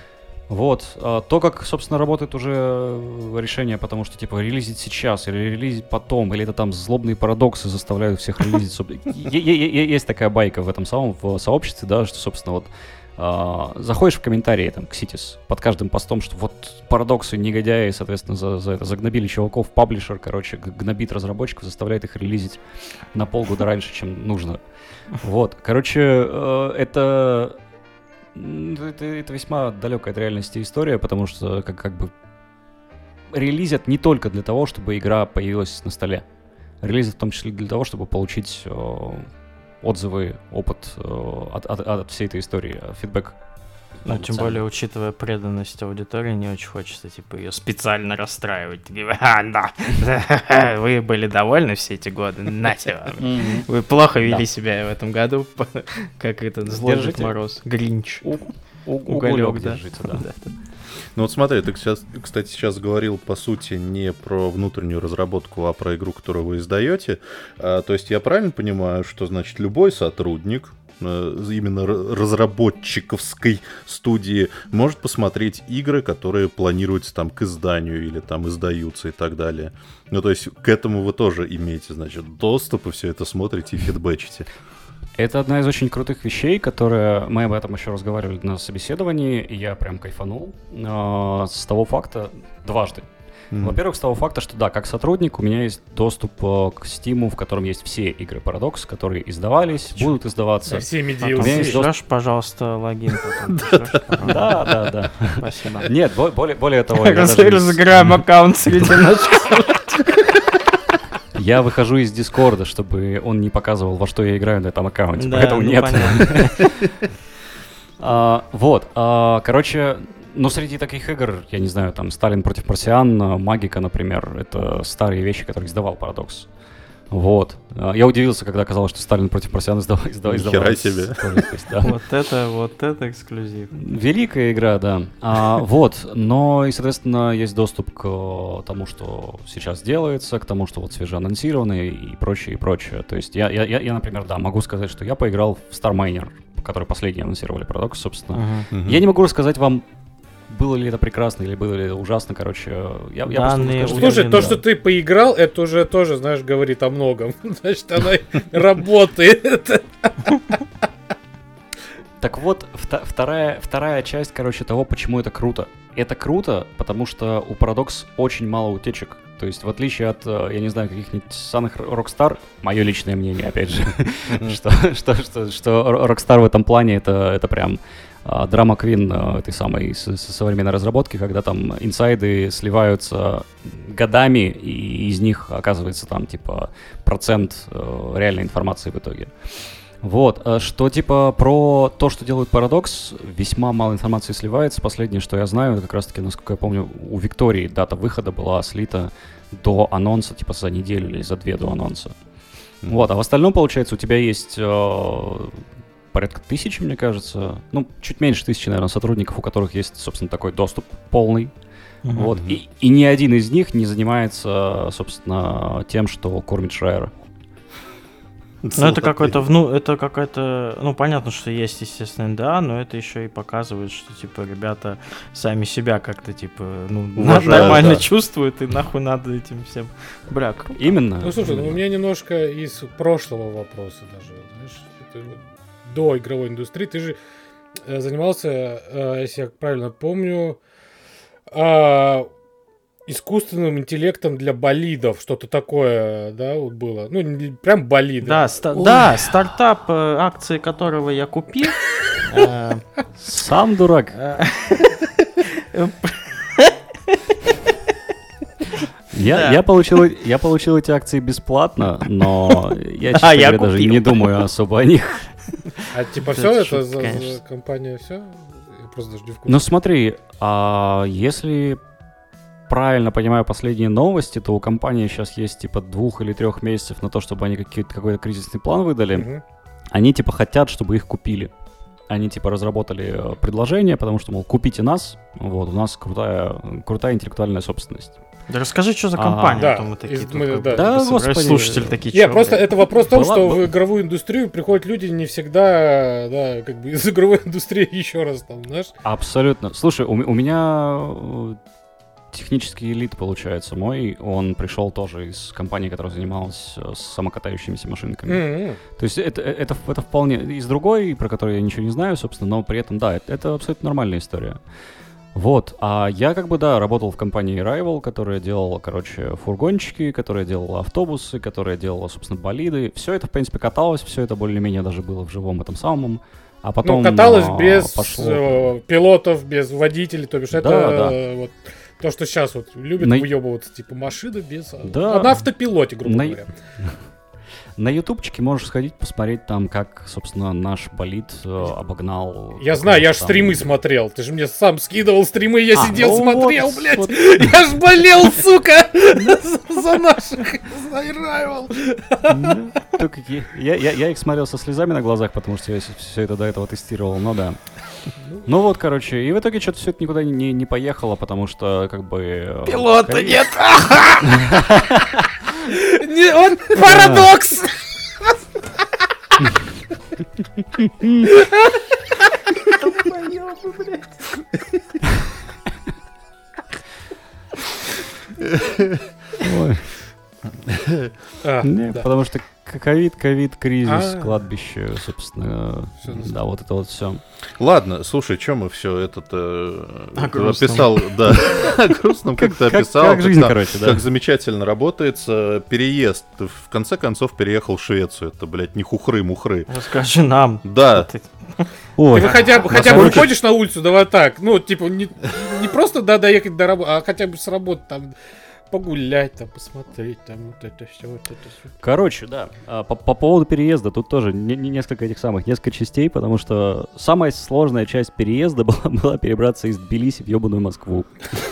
Вот. То, как, собственно, работает уже решение, потому что, типа, релизить сейчас или релизить потом, или это там злобные парадоксы заставляют всех релизить. Есть такая байка в этом самом, в сообществе, да, что, собственно, вот заходишь в комментарии там к Cities под каждым постом, что вот парадоксы, негодяи, соответственно, за, за это загнобили чуваков, паблишер, короче, гнобит разработчиков, заставляет их релизить на полгода раньше, чем нужно. Вот. Короче, это... Это, это весьма далекая от реальности история, потому что как, как бы релизят не только для того, чтобы игра появилась на столе. Релизят в том числе для того, чтобы получить э, отзывы, опыт э, от, от, от всей этой истории, фидбэк.
Ну, тем более, учитывая преданность аудитории, не очень хочется, типа, ее специально расстраивать. А, да, вы были довольны все эти годы, нате вам. Вы плохо вели себя в этом году, как это, злой Дед Мороз, Гринч.
Уголек, да.
Ну вот смотри, ты, сейчас, кстати, сейчас говорил, по сути, не про внутреннюю разработку, а про игру, которую вы издаете. А, то есть я правильно понимаю, что, значит, любой сотрудник именно разработчиковской студии может посмотреть игры, которые планируются там к изданию или там издаются и так далее. Ну, то есть к этому вы тоже имеете, значит, доступ и все это смотрите и фидбэчите.
Это одна из очень крутых вещей, которые мы об этом еще разговаривали на собеседовании, и я прям кайфанул э, с того факта дважды. Mm-hmm. Во-первых, с того факта, что да, как сотрудник у меня есть доступ э, к Steam, в котором есть все игры Paradox, которые издавались, Чё? будут издаваться.
Да, всеми
ди эл си. Доступ... пожалуйста, логин потом.
Да, да, да.
Спасибо.
Нет, более того...
Разыграем аккаунт среди наших.
Я выхожу из Дискорда, чтобы он не показывал, во что я играю на этом аккаунте,
да,
поэтому
ну,
нет. а, вот, а, короче, ну, среди таких игр, я не знаю, там, Сталин против марсиан, Магика, например, это старые вещи, которые издавал Paradox. Вот. Я удивился, когда оказалось, что Сталин против марсиан издавал. издавал
Хера себе.
Да. Вот это, вот это эксклюзив.
Великая игра, да. А, вот. Но и, соответственно, есть доступ к тому, что сейчас делается, к тому, что вот свежеанонсировано и прочее, и прочее. То есть я, я, я, например, да, могу сказать, что я поиграл в Starminer, который последний анонсировали Paradox, собственно. Uh-huh. Uh-huh. Я не могу рассказать вам, было ли это прекрасно или было ли это ужасно, короче, я, я просто скажу,
слушай, то, да. что ты поиграл, это уже тоже, знаешь, говорит о многом. Значит, она работает.
Так вот, вторая, вторая часть, короче, того, почему это круто. Это круто, потому что у Paradox очень мало утечек. То есть, в отличие от, я не знаю, каких-нибудь самых Rockstar, мое личное мнение, опять же, что Rockstar в этом плане это это прям... драма Квин этой самой с, с современной разработки, когда там инсайды сливаются годами, и из них оказывается там типа процент э, реальной информации в итоге. Вот, что типа про то, что делают Paradox, весьма мало информации сливается. Последнее, что я знаю, это как раз-таки, насколько я помню, у Виктории дата выхода была слита до анонса, типа за неделю или за две до анонса. Mm-hmm. Вот, а в остальном, получается, у тебя есть... Э, порядка тысячи, мне кажется, ну, чуть меньше тысячи, наверное, сотрудников, у которых есть, собственно, такой доступ полный. Uh-huh. Вот. И, и ни один из них не занимается, собственно, тем, что кормит Шрайера.
Ну, это какой-то, ну, это какая-то, ну, понятно, что есть, естественно, эн ди эй, но это еще и показывает, что, типа, ребята сами себя как-то, типа, ну, Уважаю, нормально да. чувствуют, и нахуй надо этим всем брак.
Именно.
Ну, слушай, ну, у меня немножко из прошлого вопроса даже, знаешь, это... до игровой индустрии. Ты же э, занимался, э, если я правильно помню, э, искусственным интеллектом для болидов. Что-то такое, да, вот было. Ну, не, прям болиды.
Да, ста- да, стартап, э, акции которого я купил.
Сам дурак. Я, я, получил, я получил эти акции бесплатно, но я, честно говоря, даже не думаю особо о них.
А типа все это за, за компания все? Я просто даже не в курсе.
Ну смотри, а если правильно понимаю последние новости, то у компании сейчас есть типа двух или трех месяцев на то, чтобы они какой-то кризисный план выдали. Угу. Они типа хотят, чтобы их купили. Они типа разработали предложение, потому что, мол, купите нас, вот, у нас крутая, крутая интеллектуальная собственность.
Да расскажи, что за компания,
да,
а то мы такие
из-
тут
мы-
как
да.
бы
Да,
собрались,
господи.
слушатели такие,
Не,
чё,
просто
блядь?
это вопрос в том,
Была-
что
была-
в игровую индустрию приходят люди не всегда, да, как бы из игровой индустрии еще раз там, знаешь.
Абсолютно. Слушай, у, м- у меня э, технический элит, получается, мой. Он пришел тоже из компании, которая занималась э, самокатающимися машинками.
М-м.
То есть это, это, это вполне из другой, про которую я ничего не знаю, собственно, но при этом, да, это, это абсолютно нормальная история. Вот, а я как бы, да, работал в компании Rival, которая делала, короче, фургончики, которая делала автобусы, которая делала, собственно, болиды. Все это, в принципе, каталось, все это более-менее даже было в живом этом самом. А потом
Ну, каталось
а,
без
пошло.
э, пилотов, без водителей, то бишь это
Да, да.
э, вот то, что сейчас вот любят
На-
выебываться, типа машина без...
Да.
На автопилоте, грубо
На-
говоря.
На ютубчике можешь сходить посмотреть там, как, собственно, наш болид э, обогнал...
Я знаю, я ж
там-
стримы смотрел. Ты же мне сам скидывал стримы, я
А,
сидел,
ну
смотрел,
вот,
блядь.
вот.
Я ж болел, сука, за- за наших, за Rival.
Ну, только я, я, я- я их смотрел со слезами на глазах, потому что я все это до этого тестировал, но да. Ну вот, короче, и в итоге что-то все это никуда не, не поехало, потому что, как бы... э,
Пилота
скорее-
нет!
Не, он парадокс.
Ой,
А,
не,
да.
потому что к- ковид, ковид, кризис,
А.
кладбище, собственно,
Всё на
да, вот это вот все.
Ладно, слушай, что мы все этот э,
О
это
грустном.
описал, да, о грустном как-то
Как-
описал,
как жизнь,
там-
короче, да.
как замечательно работает э, переезд. Ты в конце концов переехал в Швецию, это, блядь, не хухры-мухры.
Расскажи нам.
Да,
Ты-
Ой,
Ты хотя бы, хотя бы
насколько-
выходишь на улицу, давай так. Ну, типа, не, не просто да, доехать до работы, а хотя бы с работы там погулять, там, посмотреть, там, вот это все, вот это все.
Короче, да, а, по, по поводу переезда, тут тоже не- не- несколько этих самых, несколько частей, потому что самая сложная часть переезда была, была перебраться из Тбилиси в ебаную Москву,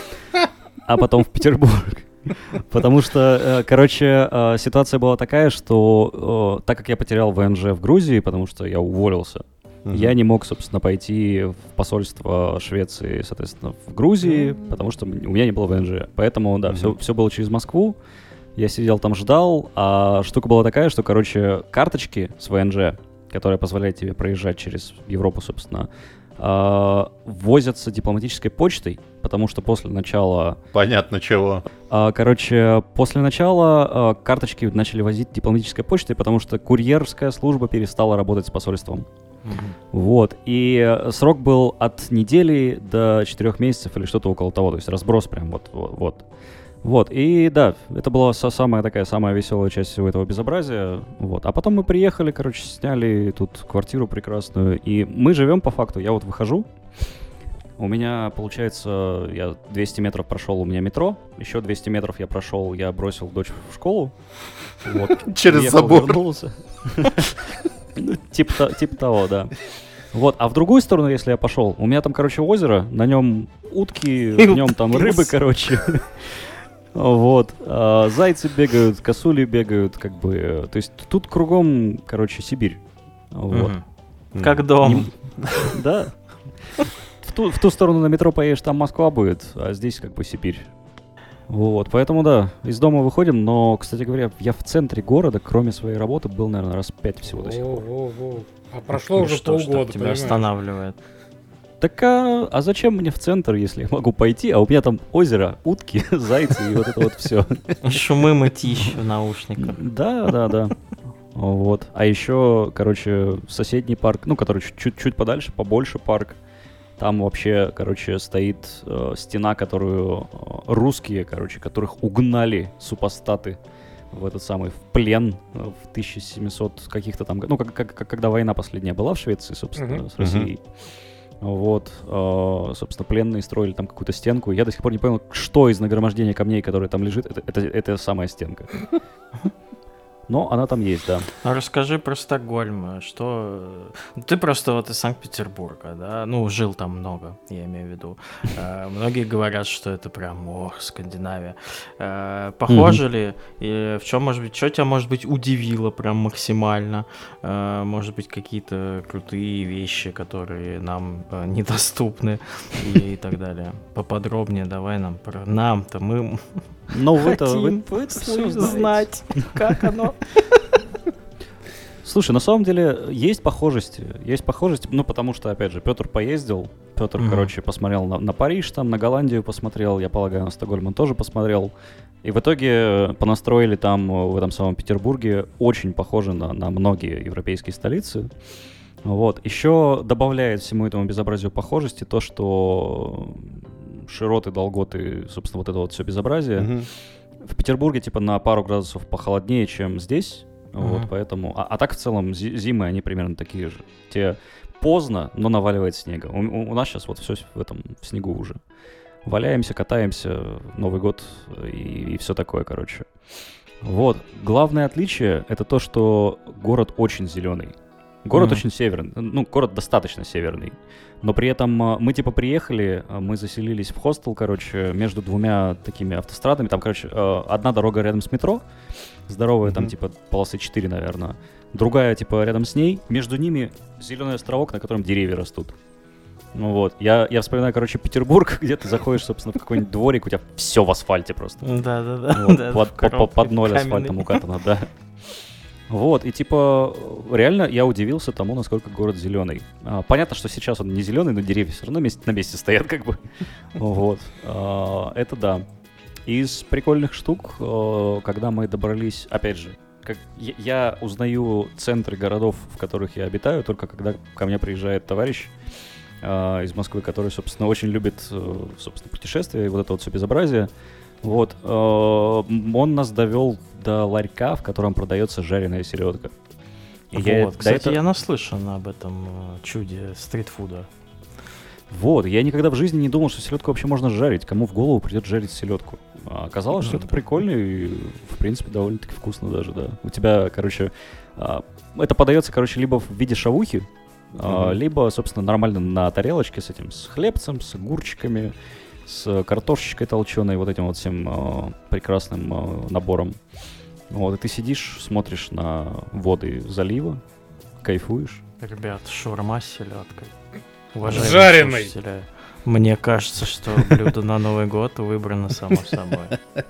а потом в Петербург. Потому что, э, короче, э, ситуация была такая, что э, так как я потерял ВНЖ в Грузии, потому что я уволился,
Мгм.
я не мог, собственно, пойти в посольство Швеции, соответственно, в Грузии, потому что у меня не было ВНЖ. Поэтому, да, все,
Мгм.
все было через Москву. Я сидел там, ждал, а штука была такая, что, короче, карточки с ВНЖ, которая позволяет тебе проезжать через Европу, собственно, а, возятся дипломатической почтой, потому что после начала...
понятно чего.
а, Короче, после начала а, карточки начали возить дипломатической почтой, потому что курьерская служба перестала работать с посольством. Вот, и э, срок был от недели до четырех месяцев или что-то около того, то есть разброс прям вот, вот, вот. Вот, и да, это была со- самая такая, самая веселая часть всего этого безобразия, вот. А потом мы приехали, короче, сняли тут квартиру прекрасную, и мы живем по факту, я вот выхожу, у меня, получается, я двести метров прошел, у меня метро, еще двести метров я прошел, я бросил дочь в школу, вот.
Через
Уехал,
забор.
вернулся. Ну, Типа то- типа того, да. Вот, а в другую сторону, если я пошел, у меня там, короче, озеро, на нем утки, в нем там рыбы, короче. Вот, а, зайцы бегают, косули бегают, как бы, то есть тут кругом, короче, Сибирь. Вот.
Мгм. Как дом.
Не- Да. В ту, в ту сторону на метро поедешь, там Москва будет, а здесь как бы Сибирь. Вот, поэтому да, из дома выходим, но, кстати говоря, я в центре города, кроме своей работы, был, наверное, раз пять всего до сих пор.
Во-во-во. А прошло
Ну
уже
что ж так
полгода,
тебя
понимаешь?
останавливает?
Так а, а зачем мне в центр, если я могу пойти, а у меня там озеро, утки, зайцы и вот это вот все.
Шумы мытищ в наушниках.
Да, да, да. Вот. А еще, короче, соседний парк, ну, который чуть-чуть подальше, побольше парк. Там вообще, короче, стоит э, стена, которую э, русские, короче, которых угнали супостаты в этот самый в плен э, в тысяча семьсот каких-то там, г- ну, как, как, как- когда война последняя была в Швеции, собственно,
Мгм.
с Россией. Вот, э, собственно, пленные строили там какую-то стенку. Я до сих пор не понял, что из нагромождения камней, которые там лежит, это, это, это самая стенка. Но она там есть, да.
А расскажи про Стокгольм, что... Ты просто вот из Санкт-Петербурга, да? Ну, жил там много, я имею в виду. Э, Многие говорят, что это прям, ох, Скандинавия. Э, Похоже ли? И в чем, может быть, что тебя, может быть, удивило прям максимально? Э, Может быть, какие-то крутые вещи, которые нам э, недоступны и так далее. Поподробнее давай нам про... Нам-то, мы...
Ну, вы-то,
Хотим
вы, вы-то все
слы-
знаете.
знать, как оно.
Слушай, на самом деле есть похожести, есть похожести, ну, потому что, опять же, Петр поездил, Петр,
Мгм.
короче, посмотрел на, на Париж, там, на Голландию посмотрел, я полагаю, на Стокгольм он тоже посмотрел, и в итоге понастроили там, в этом самом Петербурге, очень похоже на, на многие европейские столицы. Вот. Еще добавляет всему этому безобразию похожести то, что широты, долготы, собственно, вот это вот все безобразие.
Мгм.
В Петербурге, типа, на пару градусов похолоднее, чем здесь. Вот,
Мгм.
поэтому... А, а так, в целом, зи- зимы, они примерно такие же. Те поздно, но наваливает снега. У, у- у нас сейчас вот все в этом, в снегу уже. Валяемся, катаемся, Новый год и, и все такое, короче. Вот. Главное отличие — это то, что город очень зеленый. Город
Мгм.
очень северный. Ну, город достаточно северный. Но при этом а, мы, типа, приехали, а, мы заселились в хостел, короче, между двумя такими автострадами. Там, короче, а, одна дорога рядом с метро, здоровая, там,
Мгм.
типа, полосы четыре, наверное. Другая, типа, рядом с ней. Между ними зеленый островок, на котором деревья растут. Ну вот. Я, я вспоминаю, короче, Петербург, где ты заходишь, собственно, в какой-нибудь дворик, у тебя все в асфальте просто.
Да-да-да.
Вот,
да,
под,
в
под-
коробке
под ноль
каменной.
асфальтом укатано, да. Вот, и типа, реально я удивился тому, насколько город зеленый. А, понятно, что сейчас он не зеленый, но деревья все равно месте- на месте стоят, как бы. Вот, а, это да. Из прикольных штук, э, когда мы добрались, опять же, как я, я узнаю центры городов, в которых я обитаю, только когда ко мне приезжает товарищ э, из Москвы, который, собственно, очень любит, э, собственно, путешествия и вот это вот все безобразие. Вот, э, он нас довел до ларька, в котором продается жареная селедка. И я
Вот,
до
кстати,
этого-
я наслышан об этом э, чуде стритфуда.
Вот, я никогда в жизни не думал, что селедку вообще можно жарить. Кому в голову придет жарить селедку? А оказалось, что
Ну,
это
да.
прикольно и, в принципе, довольно-таки вкусно даже, да. У тебя, короче, а, это подается, короче, либо в виде шавухи, а,
Мгм.
либо, собственно, нормально на тарелочке с этим, с хлебцем, с огурчиками, с картошечкой толченой, вот этим вот всем а, прекрасным а, набором. Вот, и ты сидишь, смотришь на воды залива, кайфуешь.
Ребят, шаурма с селедкой. Уважаемые
Жареной.
слушатели, мне кажется, что блюдо на Новый год выбрано само собой.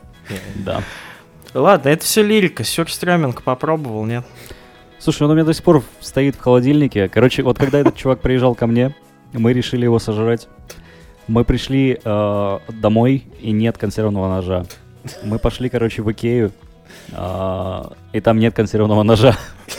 Да.
Ладно, это все лирика. Сюрстрёминг попробовал, нет?
Слушай, он у меня до сих пор стоит в холодильнике. Короче, вот когда этот чувак приезжал ко мне, мы решили его сожрать. Мы пришли э, домой, и нет консервного ножа. Мы пошли, короче, в Икею, э, и там нет консервного ножа.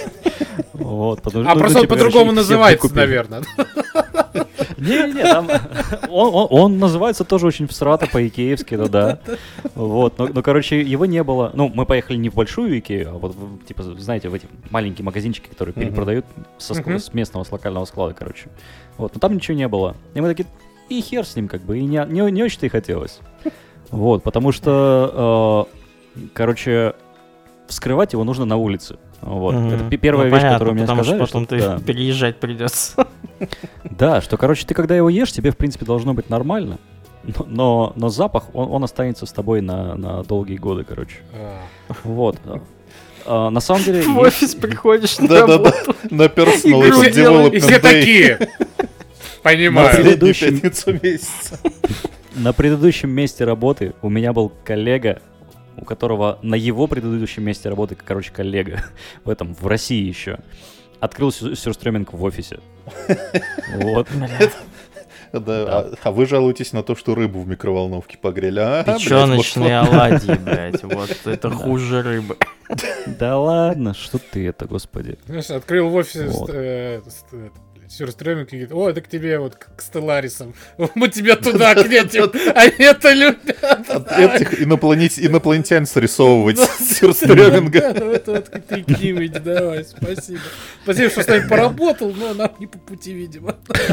Вот, потому что-
А
ну,
просто
ну,
он
типа,
по-другому
короче, их все
называется,
выкупили.
наверное.
Не-не-не, там он, он- он называется тоже очень всрато по-икеевски, ну да. Вот, но, но, короче, его не было. Ну, мы поехали не в большую Икею, а вот, в, типа, знаете, в эти маленькие магазинчики, которые
Мгм.
перепродают со ск-
Мгм.
с местного, с локального склада, короче. Вот, но там ничего не было. И мы такие, и хер с ним, как бы, и не, не, не очень-то и хотелось. Вот, потому что, э, короче, вскрывать его нужно на улице. Вот.
Мгм.
Это пе- первая
Ну,
вещь,
понятно,
которую мне
потому
сказали.
что потом
что-
ты
да.
переезжать придется.
Да, что, короче, ты когда его ешь, тебе, в принципе, должно быть нормально, но, но, но запах, он, он останется с тобой на, на долгие годы, короче.
А,
Вот. А, на самом деле...
В
есть-
офис приходишь на
Да-да-да.
работу.
На Personal
Игру
Development
делают,
И все
Day.
такие. Понимаю.
Последнюю
Предыдущем-
пятницу месяца.
На предыдущем месте работы у меня был коллега, у которого на его предыдущем месте работы, короче, коллега, в этом, в России еще, открыл сю- сюрстрёминг в офисе. Вот.
Да, а, а вы жалуетесь на то, что рыбу в микроволновке погрели. А, блядь,
Печёночные
вот-
оладьи, блядь. Вот это хуже рыбы.
Да ладно, что ты это, господи.
Знаешь, открыл в офисе
Вот.
э, ст- э, сюрстрёминг и говорит, о, это к тебе вот к к Стелларисам. Мы тебя туда кнетим, они это любят.
От этих инопланет- инопланетян срисовывать с сюрстрёминга.
Да, вот вот ты Кимыч, давай, спасибо. Спасибо, что с нами поработал, но нам не по пути, видимо.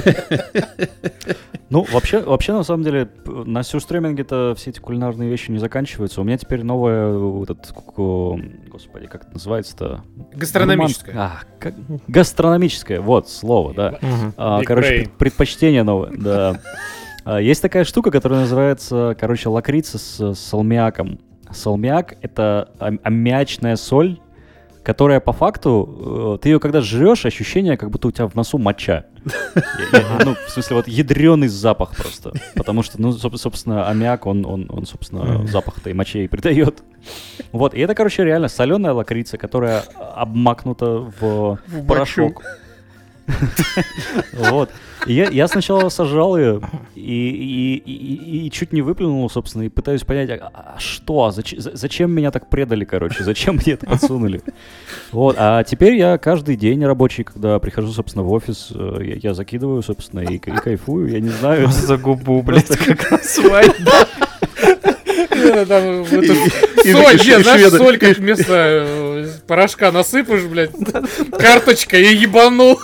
Ну, вообще, вообще, на самом деле, п- на сюрстреминге-то все эти кулинарные вещи не заканчиваются. У меня теперь новая, вот этот, ку- господи, как это называется-то?
Гастрономическое.
Гурман- А, как- гастрономическое, вот слово, да.
Мгм.
А,
Big
короче,
brain.
пред- предпочтение новое, да. А, Есть такая штука, которая называется, короче, лакрица с салмиаком. Салмиак — это ам- аммиачная соль, которая по факту, ты ее когда жрешь, ощущение, как будто у тебя в носу моча. Ну, в смысле, вот ядреный запах просто. Потому что, ну, собственно, аммиак, он, он, он собственно, запах-то и мочей придает. Вот, и это, короче, реально соленая лакрица, которая обмакнута в порошок. Вот. И я, я сначала сожрал ее и, и, и, и чуть не выплюнул, собственно, и пытаюсь понять, а, а что, а зачем, зачем меня так предали, короче, зачем мне это подсунули. Вот. А теперь я каждый день рабочий, когда прихожу, собственно, в офис, я, я закидываю, собственно, и, и кайфую, я не знаю.
За губу, блядь, как на свадьбе.
Соль, нет, знаешь, соль как вместо порошка насыпаешь, блядь, карточка и ебанул.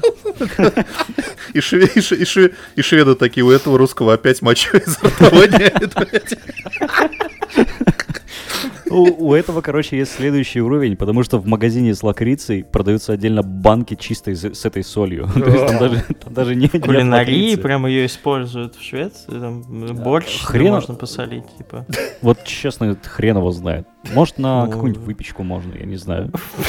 И, шве, и, шве, и, шве, и шведы такие, у этого русского опять мочой изо рта воняет, блядь.
У, у этого, короче, есть следующий уровень, потому что в магазине с лакрицей продаются отдельно банки чистой с, с этой солью. То есть там даже, там даже не
кулинарии прям ее используют в Швеции, там борщ
хрен...
можно посолить, типа.
Вот честно, хрен его знает. Может, на ну... какую-нибудь выпечку можно, я не знаю.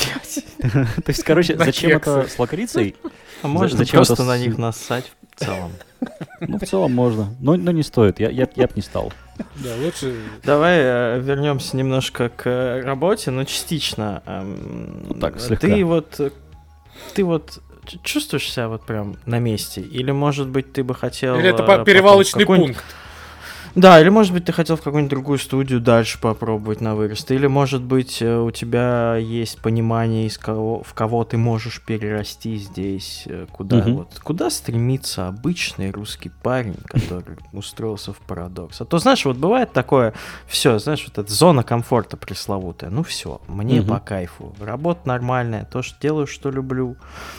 То есть, короче, зачем это с лакрицей?
А можно просто на них нассать в целом.
Ну, в целом можно, но, но не стоит, я, я, я бы не стал.
Да, лучше...
Давай э, вернемся немножко к работе, но частично. Эм,
ну, так, слегка.
Ты вот, ты вот чувствуешь себя вот прям на месте? Или, может быть, ты бы хотел...
Или это э, перевалочный пункт?
Да, или, может быть, ты хотел в какую-нибудь другую студию дальше попробовать на вырост. Или, может быть, у тебя есть понимание, из кого, в кого ты можешь перерасти здесь. Куда, mm-hmm. вот, куда стремится обычный русский парень, который устроился в Парадокс. А то, знаешь, вот бывает такое, все, знаешь, вот эта зона комфорта пресловутая. Ну все, мне mm-hmm. по кайфу. Работа нормальная, то, что делаю, что люблю.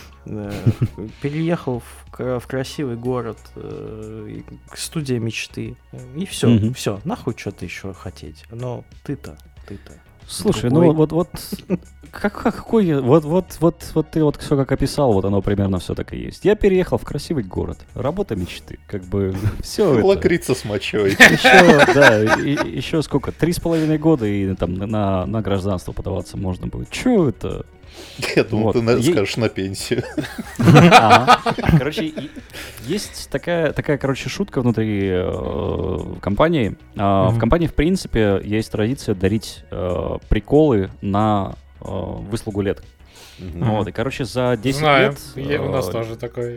Переехал в, в красивый город, э, студия мечты, и все, mm-hmm. все, нахуй что-то еще хотеть. Но ты-то, ты-то.
Слушай, другой. ну вот, вот, как, какой, вот, вот, вот, вот ты вот все как описал, вот оно примерно все так и есть. Я переехал в красивый город, работа мечты, как бы все это.
Лакрица с мочой.
Еще, да, и, еще сколько, три с половиной года и там на, на гражданство подаваться можно будет. Че это?
Я думал, вот. Ты на, скажешь на пенсию.
Ага. Короче, есть такая, такая, короче, шутка внутри э, компании. Э, mm-hmm. В компании, в принципе, есть традиция дарить э, приколы на э, выслугу лет. Mm-hmm. Вот, и, короче, за десять
Знаю.
лет...
Знаю, у нас тоже такое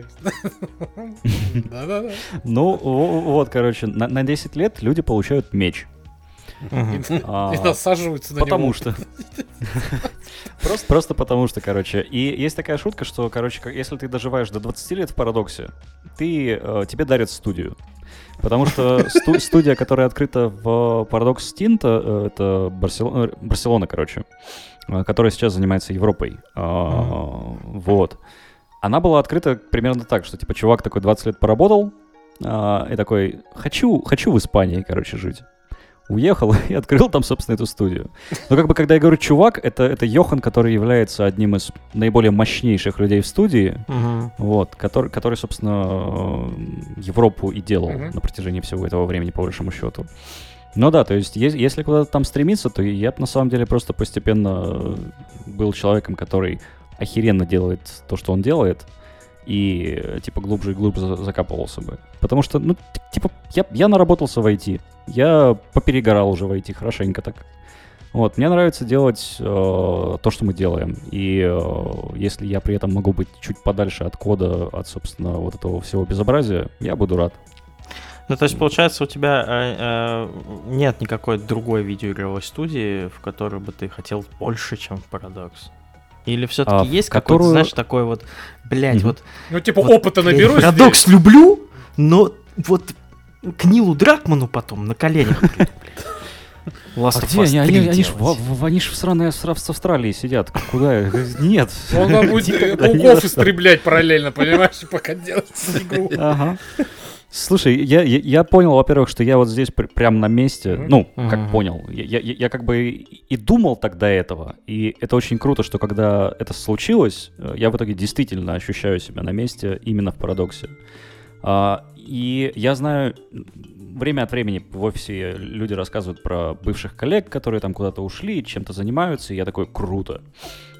есть. Да-да-да.
Ну, вот, короче, на десять лет люди получают меч.
Uh-huh. И насаживаются на
потому
него.
Потому что. просто, просто потому что, короче. И есть такая шутка, что, короче, если ты доживаешь до двадцати лет в Парадоксе, ты, э, тебе дарят студию. Потому что сту- студия, которая открыта в Парадокс Тинта, э, это Барселона, Барселона, короче, э, которая сейчас занимается Европой. Э, uh-huh. Вот. Она была открыта примерно так, что, типа, чувак такой двадцать лет поработал, э, и такой, хочу, хочу в Испании, короче, жить. Уехал и открыл там, собственно, эту студию. Но как бы, когда я говорю «чувак», это, это Йохан, который является одним из наиболее мощнейших людей в студии, uh-huh. вот, который, который, собственно, Европу и делал uh-huh. на протяжении всего этого времени, по большому счету. Ну да, то есть, если, если куда-то там стремиться, то я бы, на самом деле, просто постепенно был человеком, который охеренно делает то, что он делает, и, типа, глубже и глубже закапывался бы. Потому что, ну, типа, я, я наработался в ай ти. Я поперегорал уже в ай ти хорошенько так. Вот, мне нравится делать э, то, что мы делаем. И э, если я при этом могу быть чуть подальше от кода, от, собственно, вот этого всего безобразия, я буду рад.
Ну, то есть, получается, у тебя э, э, нет никакой другой видеоигровой студии, в которой бы ты хотел больше, чем в Paradox? Или все-таки а, есть которую... какой-то, знаешь, такой вот, блядь, mm-hmm. вот...
Ну, типа,
вот,
опыта наберусь.
Парадокс люблю, но вот к Нилу Дракману потом на коленях приду, блядь.
Last а где они? Они, они, ж, в, они ж в сраной в Австралии сидят. Куда? Нет.
Он нам будет пауков истреблять параллельно, понимаешь, пока делает игру.
Ага. Слушай, я, я, я понял, во-первых, что я вот здесь пр- прям на месте, mm-hmm. ну, как mm-hmm. понял, я, я, я как бы и думал так до этого, и это очень круто, что когда это случилось, я в итоге действительно ощущаю себя на месте именно в Парадоксе. А, и я знаю, время от времени в офисе люди рассказывают про бывших коллег, которые там куда-то ушли, чем-то занимаются, и я такой, круто.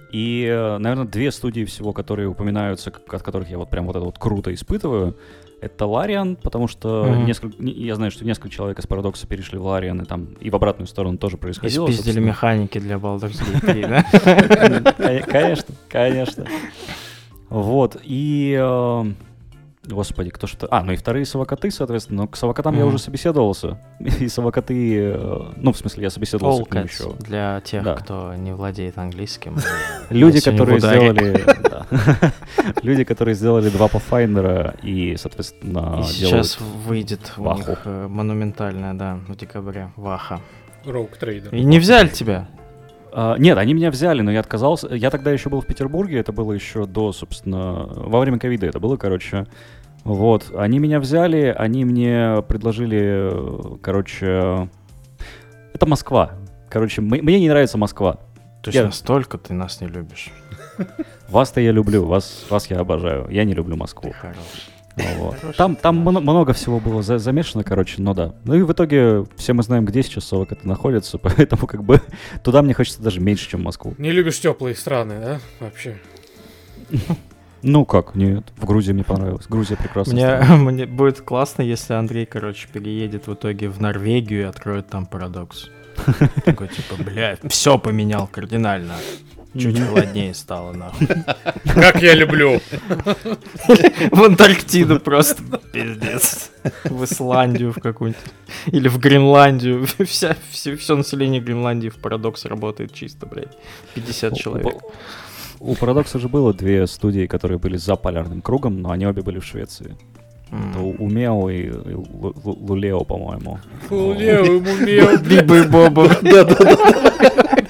И, наверное, две студии всего, которые упоминаются, от которых я вот прям вот это вот круто испытываю, это Larian, потому что mm-hmm. несколько, я знаю, что несколько человек из Парадокса перешли в Larian, и там и в обратную сторону тоже происходило.
И спиздили механики для Baldur's Gate три, да?
Конечно, конечно. Вот, и... Господи, кто что... А, ну и вторые совокоты, соответственно. Но к совокотам mm. я уже собеседовался. И совокоты... Ну, в смысле, я собеседовался к ним еще.
Для тех, да. кто не владеет английским.
Люди, которые сделали... Люди, которые сделали два Pathfinder и, соответственно,
и сейчас выйдет у них монументальная, да, в декабре, Ваха.
Rogue Trader.
И не взяли тебя?
Uh, нет, они меня взяли, но я отказался. Я тогда еще был в Петербурге, это было еще до, собственно, во время ковида это было, короче. Вот, они меня взяли, они мне предложили, короче, это Москва. Короче, м- мне не нравится Москва.
То есть я... настолько ты нас не любишь?
Вас-то я люблю, вас, вас я обожаю. Я не люблю Москву.
Ты хороший.
Вот. Там, там м- много всего было за- замешано, короче, но да. Ну и в итоге все мы знаем, где сейчас совокоты находятся, поэтому как бы туда мне хочется даже меньше, чем в Москву.
Не любишь теплые страны, да? Вообще.
Ну как, нет, в Грузии мне понравилось. Грузия прекрасная
мне,
страна.
Мне будет классно, если Андрей, короче, переедет в итоге в Норвегию и откроет там Парадокс. Такой типа, блядь, все поменял кардинально. Чуть холоднее стало, нахуй.
Как я люблю.
В Антарктиду просто. Пиздец. В Исландию в какую-нибудь. Или в Гренландию. Вся, все, все население Гренландии в Парадокс работает чисто, блядь. пятьдесят человек.
У Парадокса же было две студии, которые были за полярным кругом, но они обе были в Швеции. Mm. Это Умео и, и Лу, Лу, Лулео, по-моему.
Лулео и Мумео.
Биба и Боба. Да-да-да.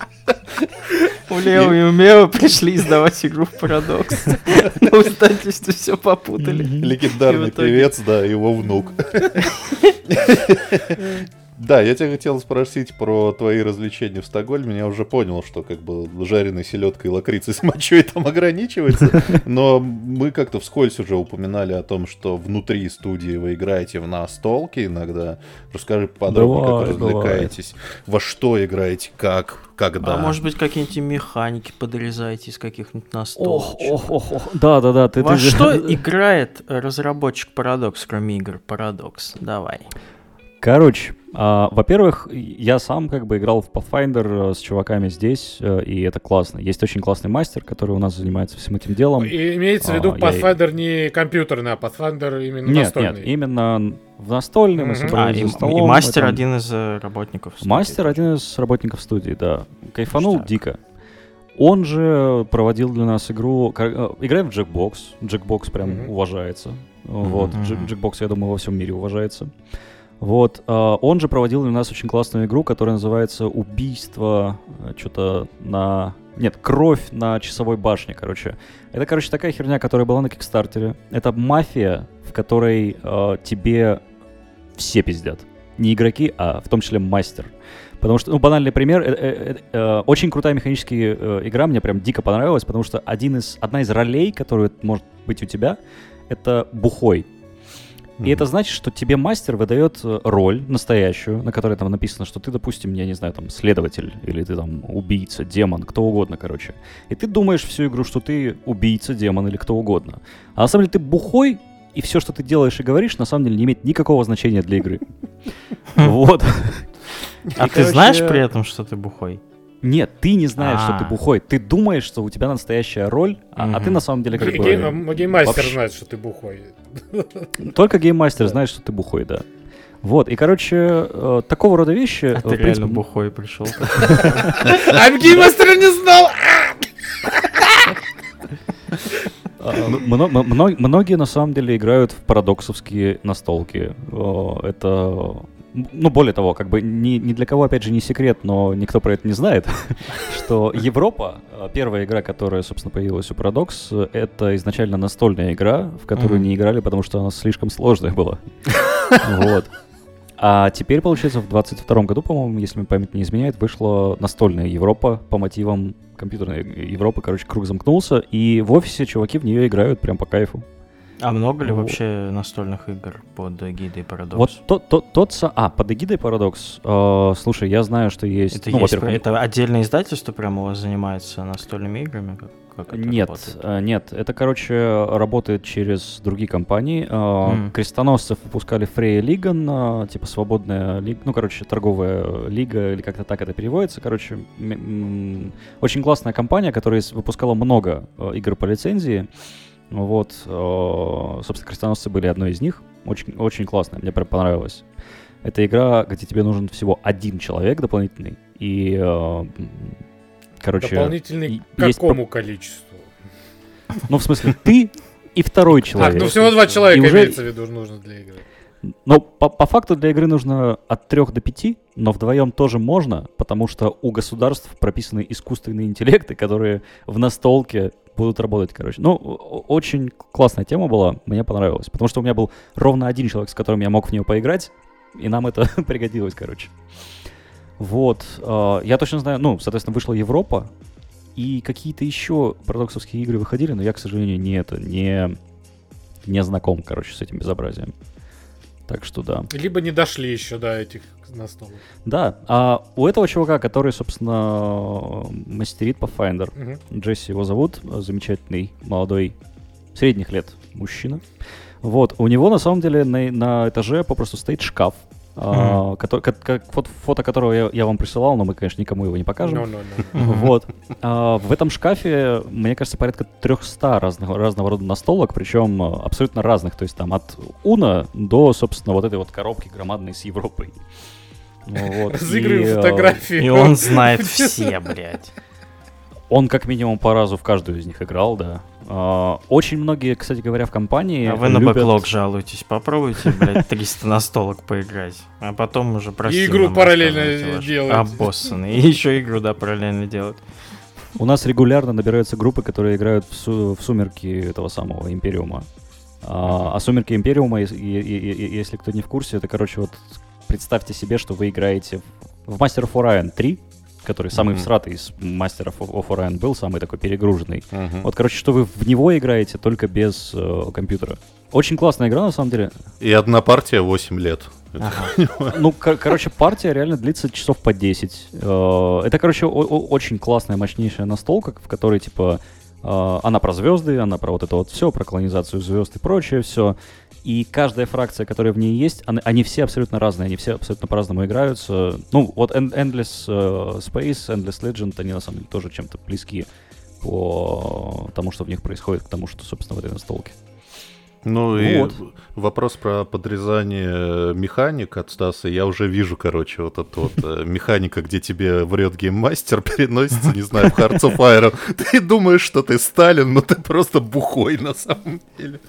Улео и Умео пришли издавать игру в Парадокс. На издательстве все попутали.
Легендарный певец, да, его внук. Да, я тебя хотел спросить про твои развлечения в Стокгольме. Я уже понял, что как бы жареной селедкой и лакрицей с мочой там ограничивается. Но мы как-то вскользь уже упоминали о том, что внутри студии вы играете в настолки иногда. Расскажи подробнее,
давай,
как развлекаетесь. Давай. Во что играете, как, когда.
А может быть, какие-нибудь механики подрезаете из каких-нибудь настолок?
Ох, ох, ох, да-да-да.
Во что играет разработчик Paradox, кроме игр Paradox? Давай.
Короче, а, во-первых, я сам как бы играл в Pathfinder с чуваками здесь, и это классно. Есть очень классный мастер, который у нас занимается всем этим делом.
И имеется в виду а, Pathfinder я... не компьютерный, а Pathfinder именно
нет,
настольный?
Нет, именно в настольный мы собрались
а,
за
и,
столом.
И мастер это... один из работников студии.
Мастер один из работников студии, да. Кайфанул дико. Он же проводил для нас игру... Играем в Jackbox. Jackbox прям mm-hmm. уважается. Mm-hmm. Вот. Jackbox, я думаю, во всем мире уважается. Вот, э, он же проводил для нас очень классную игру, которая называется «Убийство», что-то на... Нет, «Кровь на часовой башне», короче. Это, короче, такая херня, которая была на Кикстартере. Это мафия, в которой э, тебе все пиздят. Не игроки, а в том числе мастер. Потому что, ну, банальный пример, э, э, э, очень крутая механическая э, игра, мне прям дико понравилась, потому что один из, одна из ролей, которая может быть у тебя, это бухой. И mm-hmm. это значит, что тебе мастер выдает роль настоящую, на которой там написано, что ты, допустим, я не знаю, там, следователь, или ты там убийца, демон, кто угодно, короче. И ты думаешь всю игру, что ты убийца, демон или кто угодно. А на самом деле ты бухой, и все, что ты делаешь и говоришь, на самом деле не имеет никакого значения для игры. Вот.
А ты знаешь при этом, что ты бухой?
Нет, ты не знаешь, что ты бухой. Ты думаешь, что у тебя настоящая роль, а ты на самом деле как бы...
Гейммастер знает, что ты бухой.
Только гейммастер знает, что ты бухой, да. Вот, и, короче, такого рода вещи...
А ты реально бухой пришел.
А гейммастер не знал!
Многие, на самом деле, играют в парадоксовские настолки. Это... Ну, более того, как бы ни, ни для кого, опять же, не секрет, но никто про это не знает, что Европа, первая игра, которая, собственно, появилась у Paradox, это изначально настольная игра, в которую mm-hmm. не играли, потому что она слишком сложная была. Вот. А теперь, получается, в двадцать втором году, по-моему, если мне память не изменяет, вышла настольная Европа по мотивам компьютерной Европы. Короче, круг замкнулся, и в офисе чуваки в нее играют прям по кайфу.
А много ли вообще настольных игр под эгидой Paradox?
Вот тот, тот, тот, а, под эгидой Paradox, э, слушай, я знаю, что есть...
Это,
ну,
есть это отдельное издательство прямо у вас занимается настольными играми? Как, как это
нет,
работает?
нет, это, короче, работает через другие компании. Э, mm. Крестоносцев выпускали Freya Ligan, э, типа свободная лига, ну, короче, торговая лига, или как-то так это переводится. Короче, м- м- очень классная компания, которая выпускала много э, игр по лицензии. Вот, собственно, крестоносцы были одной из них. Очень, очень классная, мне прям понравилась. Это игра, где тебе нужен всего один человек дополнительный. И, короче...
Дополнительный к какому есть... количеству?
Ну, в смысле, ты и второй человек.
А, ну всего два человека уже... имеется в виду нужно для игры.
Ну, по, по факту для игры нужно от трех до пяти, но вдвоем тоже можно, потому что у государств прописаны искусственные интеллекты, которые в настолке будут работать, короче. Ну, очень классная тема была, мне понравилось, потому что у меня был ровно один человек, с которым я мог в нее поиграть, и нам это пригодилось, короче. Вот, я точно знаю, ну, соответственно, вышла Европа, и какие-то еще парадоксовские игры выходили, но я, к сожалению, не это, не, не знаком, короче, с этим безобразием. Так что да.
Либо не дошли еще до этих настолок.
Да, а у этого чувака, который, собственно, мастерит Pathfinder, угу. Джесси его зовут, замечательный, молодой, средних лет мужчина. Вот, у него на самом деле на, на этаже попросту стоит шкаф, mm-hmm. а, который, как, как, фото, фото которого я, я вам присылал, но мы, конечно, никому его не покажем. No, no, no, no. Вот. А, в этом шкафе, мне кажется, порядка триста разного, разного рода настолок, причем абсолютно разных, то есть там от Уно до, собственно, вот этой вот коробки громадной с Европой. Вот.
Разыгрываю фотографии.
И он знает все, блядь.
Он как минимум по разу в каждую из них играл, да. Uh, очень многие, кстати говоря, в компании
А вы любят... на бэклог жалуетесь. Попробуйте, блядь, триста настолок поиграть. А потом уже простите.
И игру параллельно делать.
Обоссанные. И еще игру, да, параллельно делать.
У нас регулярно набираются группы, которые играют в, су- в сумерки этого самого Империума. Uh, а сумерки Империума, если, если кто не в курсе, это, короче, вот представьте себе, что вы играете в Master of Orion три, который самый mm-hmm. всратый из мастеров of Orion был, самый такой перегруженный. Mm-hmm. Вот, короче, что вы в него играете, только без э, компьютера. Очень классная игра, на самом деле.
И одна партия восемь лет.
Ага. Ну, кор- короче, партия реально длится часов по десять. Э, это, короче, о- о- очень классная, мощнейшая настолка, в которой, типа, э, она про звезды, она про вот это вот все, про колонизацию звезд и прочее все. И каждая фракция, которая в ней есть, они, они все абсолютно разные, они все абсолютно по-разному играются. Ну, вот Endless uh, Space, Endless Legend, они на самом деле тоже чем-то близки по тому, что в них происходит, к тому, что, собственно, в этой настолке.
Ну вот. И вопрос про подрезание механик от Стаса. Я уже вижу, короче, вот эта вот механика, где тебе врет гейммастер, переносится, не знаю, в Hearts of Iron. Ты думаешь, что ты Сталин, но ты просто бухой на самом деле.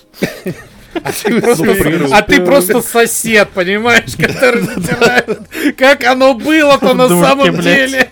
А ты, просто, а ты просто сосед, понимаешь, который затирает. Как оно было-то на самом деле.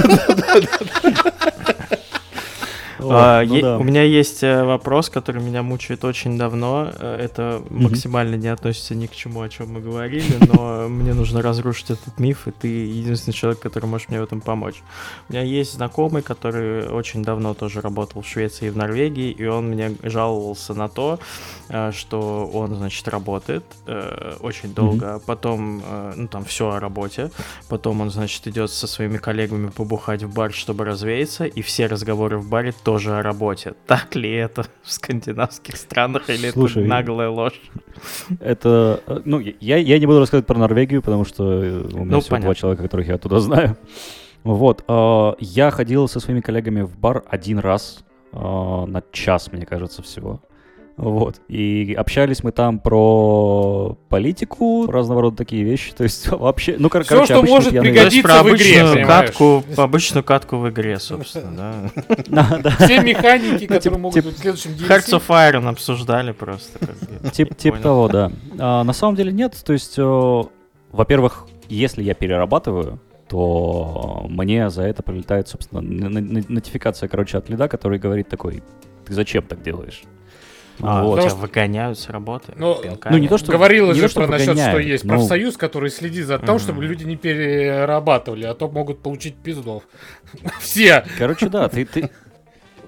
Uh, ну, е- да. У меня есть uh, вопрос, который меня мучает очень давно. Uh, это mm-hmm. максимально не относится ни к чему, о чем мы говорили, но мне нужно разрушить этот миф, и ты единственный человек, который может мне в этом помочь. У меня есть знакомый, который очень давно тоже работал в Швеции и в Норвегии, и он мне жаловался на то, uh, что он, значит, работает uh, очень долго, mm-hmm. потом, uh, ну, там, все о работе, потом он, значит, идет со своими коллегами побухать в бар, чтобы развеяться, и все разговоры в баре тоже о работе. Так ли это в скандинавских странах, или Слушай, это наглая ложь?
Это, ну, я, я не буду рассказывать про Норвегию, потому что у меня ну, всего понятно. два человека, которых я оттуда знаю. Вот, э, я ходил со своими коллегами в бар один раз, э, на час, мне кажется, всего. Вот. И общались мы там про политику, разного рода такие вещи. То есть вообще, ну, кор-
Все,
короче,
что может
пьяные...
пригодиться в игре,
катку, обычную катку в игре, собственно, да.
Все механики, которые могут быть в следующем ди эл си.
Hearts of Iron обсуждали просто.
Тип того, да. На самом деле нет. То есть, во-первых, если я перерабатываю, то мне за это прилетает, собственно, нотификация, короче, от лида, который говорит такой: ты зачем так делаешь?
А, вот. Тебя что... выгоняют с работы.
Ну, ну не то, что говорила же про насчет, что есть
ну...
профсоюз, который следит за тем, mm-hmm. чтобы люди не перерабатывали, а то могут получить пиздов. Все.
Короче, да, ты, ты...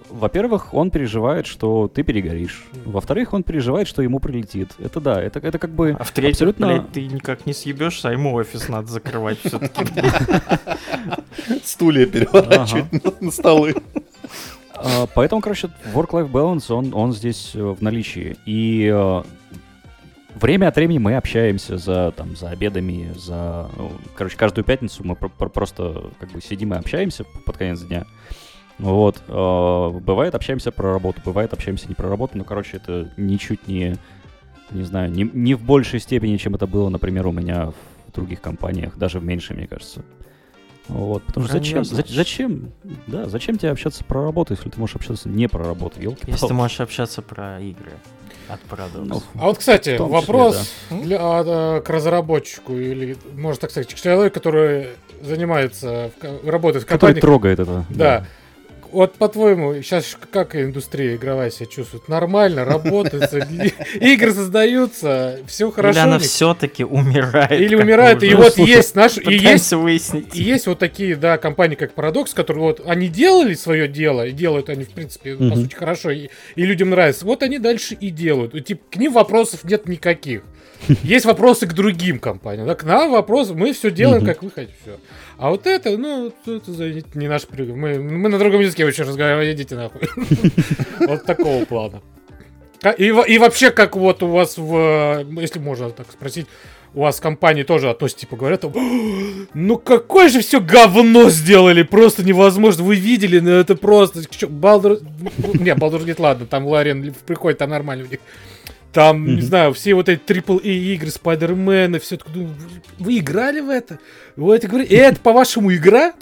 во-первых, он переживает, что ты перегоришь. Во-вторых, он переживает, что ему прилетит. Это да, это, это как бы
А в-третьих,
абсолютно...
блядь, ты никак не съебешься, а ему офис надо закрывать все-таки.
Стулья переворачивать на столы.
Поэтому, короче, work-life balance, он, он здесь в наличии. И э, время от времени мы общаемся за, там, за обедами, за... Ну, короче, каждую пятницу мы про- про- просто как бы сидим и общаемся под конец дня. Вот. Э, бывает, общаемся про работу, бывает, общаемся не про работу, но, короче, это ничуть не... Не знаю, не, не в большей степени, чем это было, например, у меня в других компаниях, даже в меньшей, мне кажется. Вот, потому что зачем, за, зачем, да, зачем тебе общаться про работу, если ты можешь общаться не про работу, елки-палки.
Если ты можешь общаться про игры от Paradox.
Ну,
А вот, кстати,
числе,
вопрос да. для, а, к разработчику, или, можно так сказать, к человеку, который занимается, работает в компании.
Который трогает это.
Да. да. Вот, по-твоему, сейчас как индустрия игровая себя чувствует? Нормально, работает, игры создаются, все хорошо.
Или она все-таки умирает.
Или умирает, и вот есть наш... И есть, и есть вот такие, да, компании, как Paradox, которые вот, они делали свое дело, и делают они, в принципе, по сути, хорошо, и людям нравится. Вот они дальше и делают. Типа, к ним вопросов нет никаких. Есть вопросы к другим компаниям. Да, к нам вопросы, мы все делаем, как вы хотите, все. А вот это, ну, это не наш приговор. Мы, мы на другом языке очень разговариваем, идите нахуй. Вот такого плана. И, и вообще, как вот у вас, в, если можно так спросить, у вас в компании тоже относятся, типа, говорят, ну какое же все говно сделали, просто невозможно. Вы видели, ну это просто... Балдур... Не, Baldur's Gate, ладно, там Ларин приходит, там нормально у них. Там, mm-hmm. не знаю, все вот эти трипл-эй игры, Спайдермены, все такое, думаю, вы играли в это? Вы это говорите? И это, по-вашему, игра?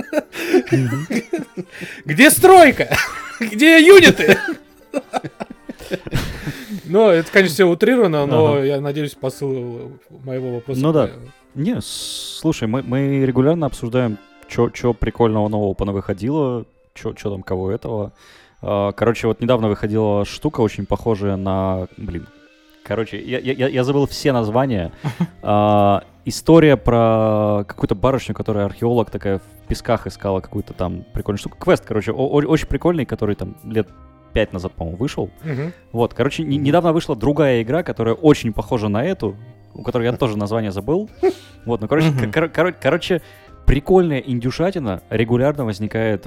Где стройка? Где юниты? Ну, это, конечно, все утрировано, но я надеюсь, посыл моего вопроса.
Ну да. Не, слушай, мы регулярно обсуждаем, что прикольного нового понавыходило, что там кого этого. Короче, вот недавно выходила штука, очень похожая на... Блин. Короче, я, я, я забыл все названия. а, история про какую-то барышню, которая археолог такая в песках искала какую-то там прикольную штуку. Квест, короче, о- очень прикольный, который там лет пять назад, по-моему, вышел. Uh-huh. Вот, короче, не, недавно вышла другая игра, которая очень похожа на эту, у которой я тоже название забыл. Вот, ну, короче, uh-huh. кор- кор- короче... Прикольная индюшатина регулярно возникает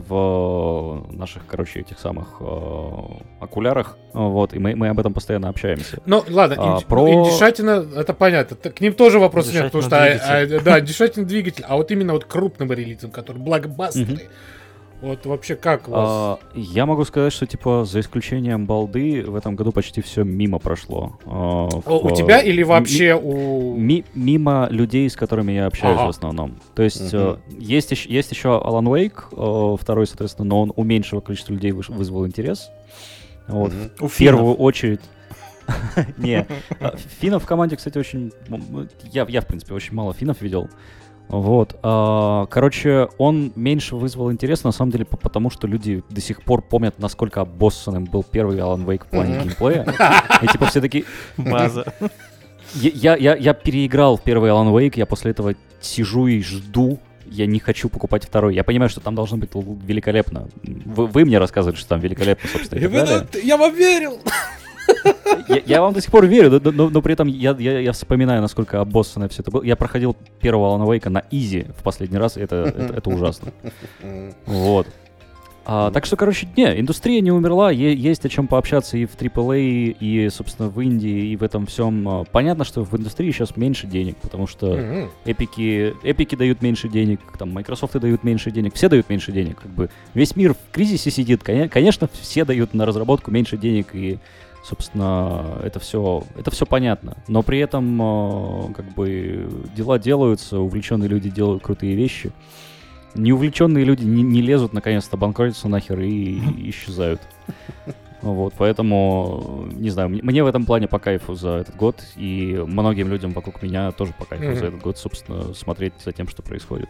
в наших, короче, этих самых э, окулярах, вот, и мы, мы об этом постоянно общаемся.
Ну, ладно,
а,
инди-
про...
индюшатина, это понятно, к ним тоже вопросов нет, потому что, а, а, да, индюшатина двигатель, а вот именно вот крупным релизом, который блокбастеры, вот вообще как у вас?
А, я могу сказать, что, типа, за исключением балды, в этом году почти все мимо прошло. А,
у
в,
тебя или вообще
ми-
у...
Ми- мимо людей, с которыми я общаюсь ага. в основном. То есть uh-huh. э, есть, еще, есть еще Alan Wake, э, второй, соответственно, но он у меньшего количества людей выш- вызвал интерес. Вот, uh-huh. в первую очередь... Не, финнов в команде, кстати, очень... Я, в принципе, очень мало финнов видел. Вот. Короче, он меньше вызвал интерес, на самом деле, потому что люди до сих пор помнят, насколько обоссанным был первый Alan Wake в плане геймплея. И типа все такие...
База.
Я, я, я переиграл в первый Alan Wake, я после этого сижу и жду. Я не хочу покупать второй. Я понимаю, что там должно быть великолепно. Вы, вы мне рассказывали, что там великолепно, собственно, и так далее.
Я вам верил!
Я, я вам до сих пор верю, но, но, но при этом я, я, я вспоминаю, насколько обоссанное все это было. Я проходил первого Alan Wake'a на изи в последний раз, и это, это, это ужасно. Вот. А, так что, короче, не, индустрия не умерла, е- есть о чем пообщаться и в трипл эй, и, собственно, в Индии, и в этом всем. Понятно, что в индустрии сейчас меньше денег, потому что mm-hmm. эпики, эпики дают меньше денег, там, Microsoft дают меньше денег, все дают меньше денег. Как бы весь мир в кризисе сидит, конечно, все дают на разработку меньше денег, и, собственно, это все, это все понятно. Но при этом, как бы, дела делаются, увлеченные люди делают крутые вещи. Неувлеченные люди не, не лезут, наконец-то, банкротятся нахер и, и исчезают. Вот, поэтому, не знаю, мне в этом плане по кайфу за этот год, и многим людям вокруг меня тоже по кайфу mm-hmm. за этот год, собственно, смотреть за тем, что происходит.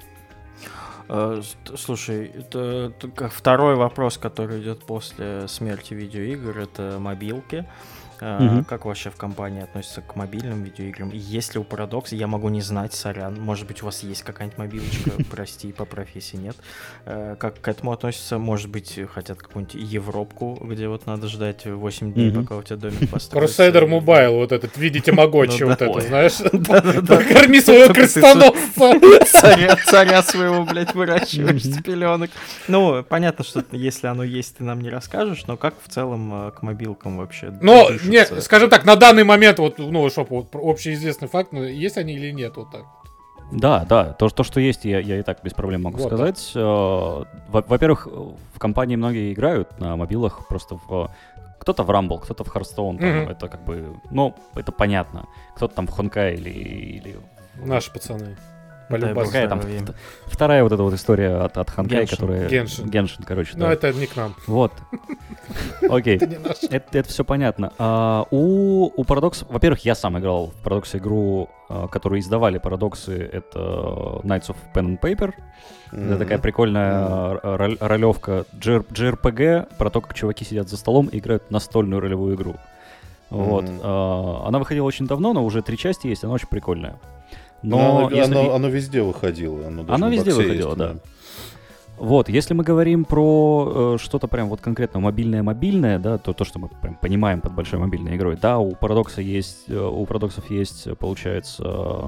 Uh, слушай, это, это как второй вопрос, который идет после смерти видеоигр, это мобилки. Uh, как вообще в компании относятся к мобильным видеоиграм? И есть ли у Paradox, я могу не знать, сорян, может быть, у вас есть какая-нибудь мобилочка, прости, по профессии нет. Uh, как к этому относятся? Может быть, хотят какую-нибудь Европку, где вот надо ждать восемь дней, пока у тебя домик построится.
Crusader Mobile, вот этот, видите, Тамагочи, вот это, знаешь? Корми своего крестоносца.
Царя своего, блядь, выращиваешь с пеленок. Ну, понятно, что если оно есть, ты нам не расскажешь, но как в целом к мобилкам вообще?
Ну, не, скажем так, на данный момент, вот, ну, чтобы вот, общеизвестный факт, ну, есть они или нет, вот так.
Да, да, то, то что есть, я, я и так без проблем могу вот, сказать. Да. Во-первых, в компании многие играют на мобилах, просто в... Кто-то в Rumble, кто-то в Hearthstone, там, mm-hmm. это как бы, ну, это понятно. Кто-то там в Honkai или... или...
Наши пацаны.
Какая там вторая вот эта вот история от, от Honkai, которая...
Геншин.
Геншин, короче,
да. Ну, это не к нам.
Вот. Окей. Это, это все понятно. А, у, у Paradox... Во-первых, я сам играл в Paradox игру, которую издавали Paradox, это Knights of Pen and Paper. Mm-hmm. Это такая прикольная mm-hmm. роль, ролевка джей ар пи джи про то, как чуваки сидят за столом и играют настольную ролевую игру. Вот. Mm-hmm. А, она выходила очень давно, но уже три части есть, она очень прикольная.
Но, но если... оно, оно везде выходило. Оно,
оно везде выходило, есть, да. да. Вот, если мы говорим про э, что-то прям вот конкретно мобильное-мобильное, да, то то, что мы прям понимаем под большой мобильной игрой, да, у Paradox есть, э, у Paradox есть, получается,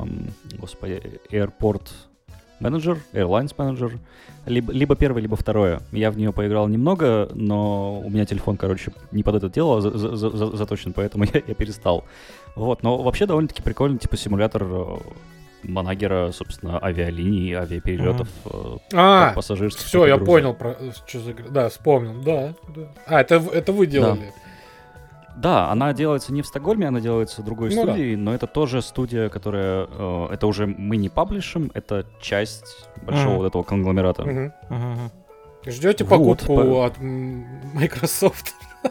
э, господи, Airport Manager, Airlines Manager, либо, либо первое, либо второе. Я в нее поиграл немного, но у меня телефон, короче, не под это дело за, за, за, заточен, поэтому я, я перестал. Вот, но вообще довольно-таки прикольный, типа, симулятор манагера, собственно, авиалиний, авиаперелетов, mm-hmm. э,
а,
пассажирских.
Все, я понял, про, что за... Да, вспомнил, да, да. А, это, это вы делали?
Да. да, она делается не в Стокгольме, она делается в другой ну, студии, да. но это тоже студия, которая... Э, это уже мы не паблишим, это часть большого mm-hmm. вот этого конгломерата. Mm-hmm.
Mm-hmm. Ждете вот, покупку по... от Microsoft?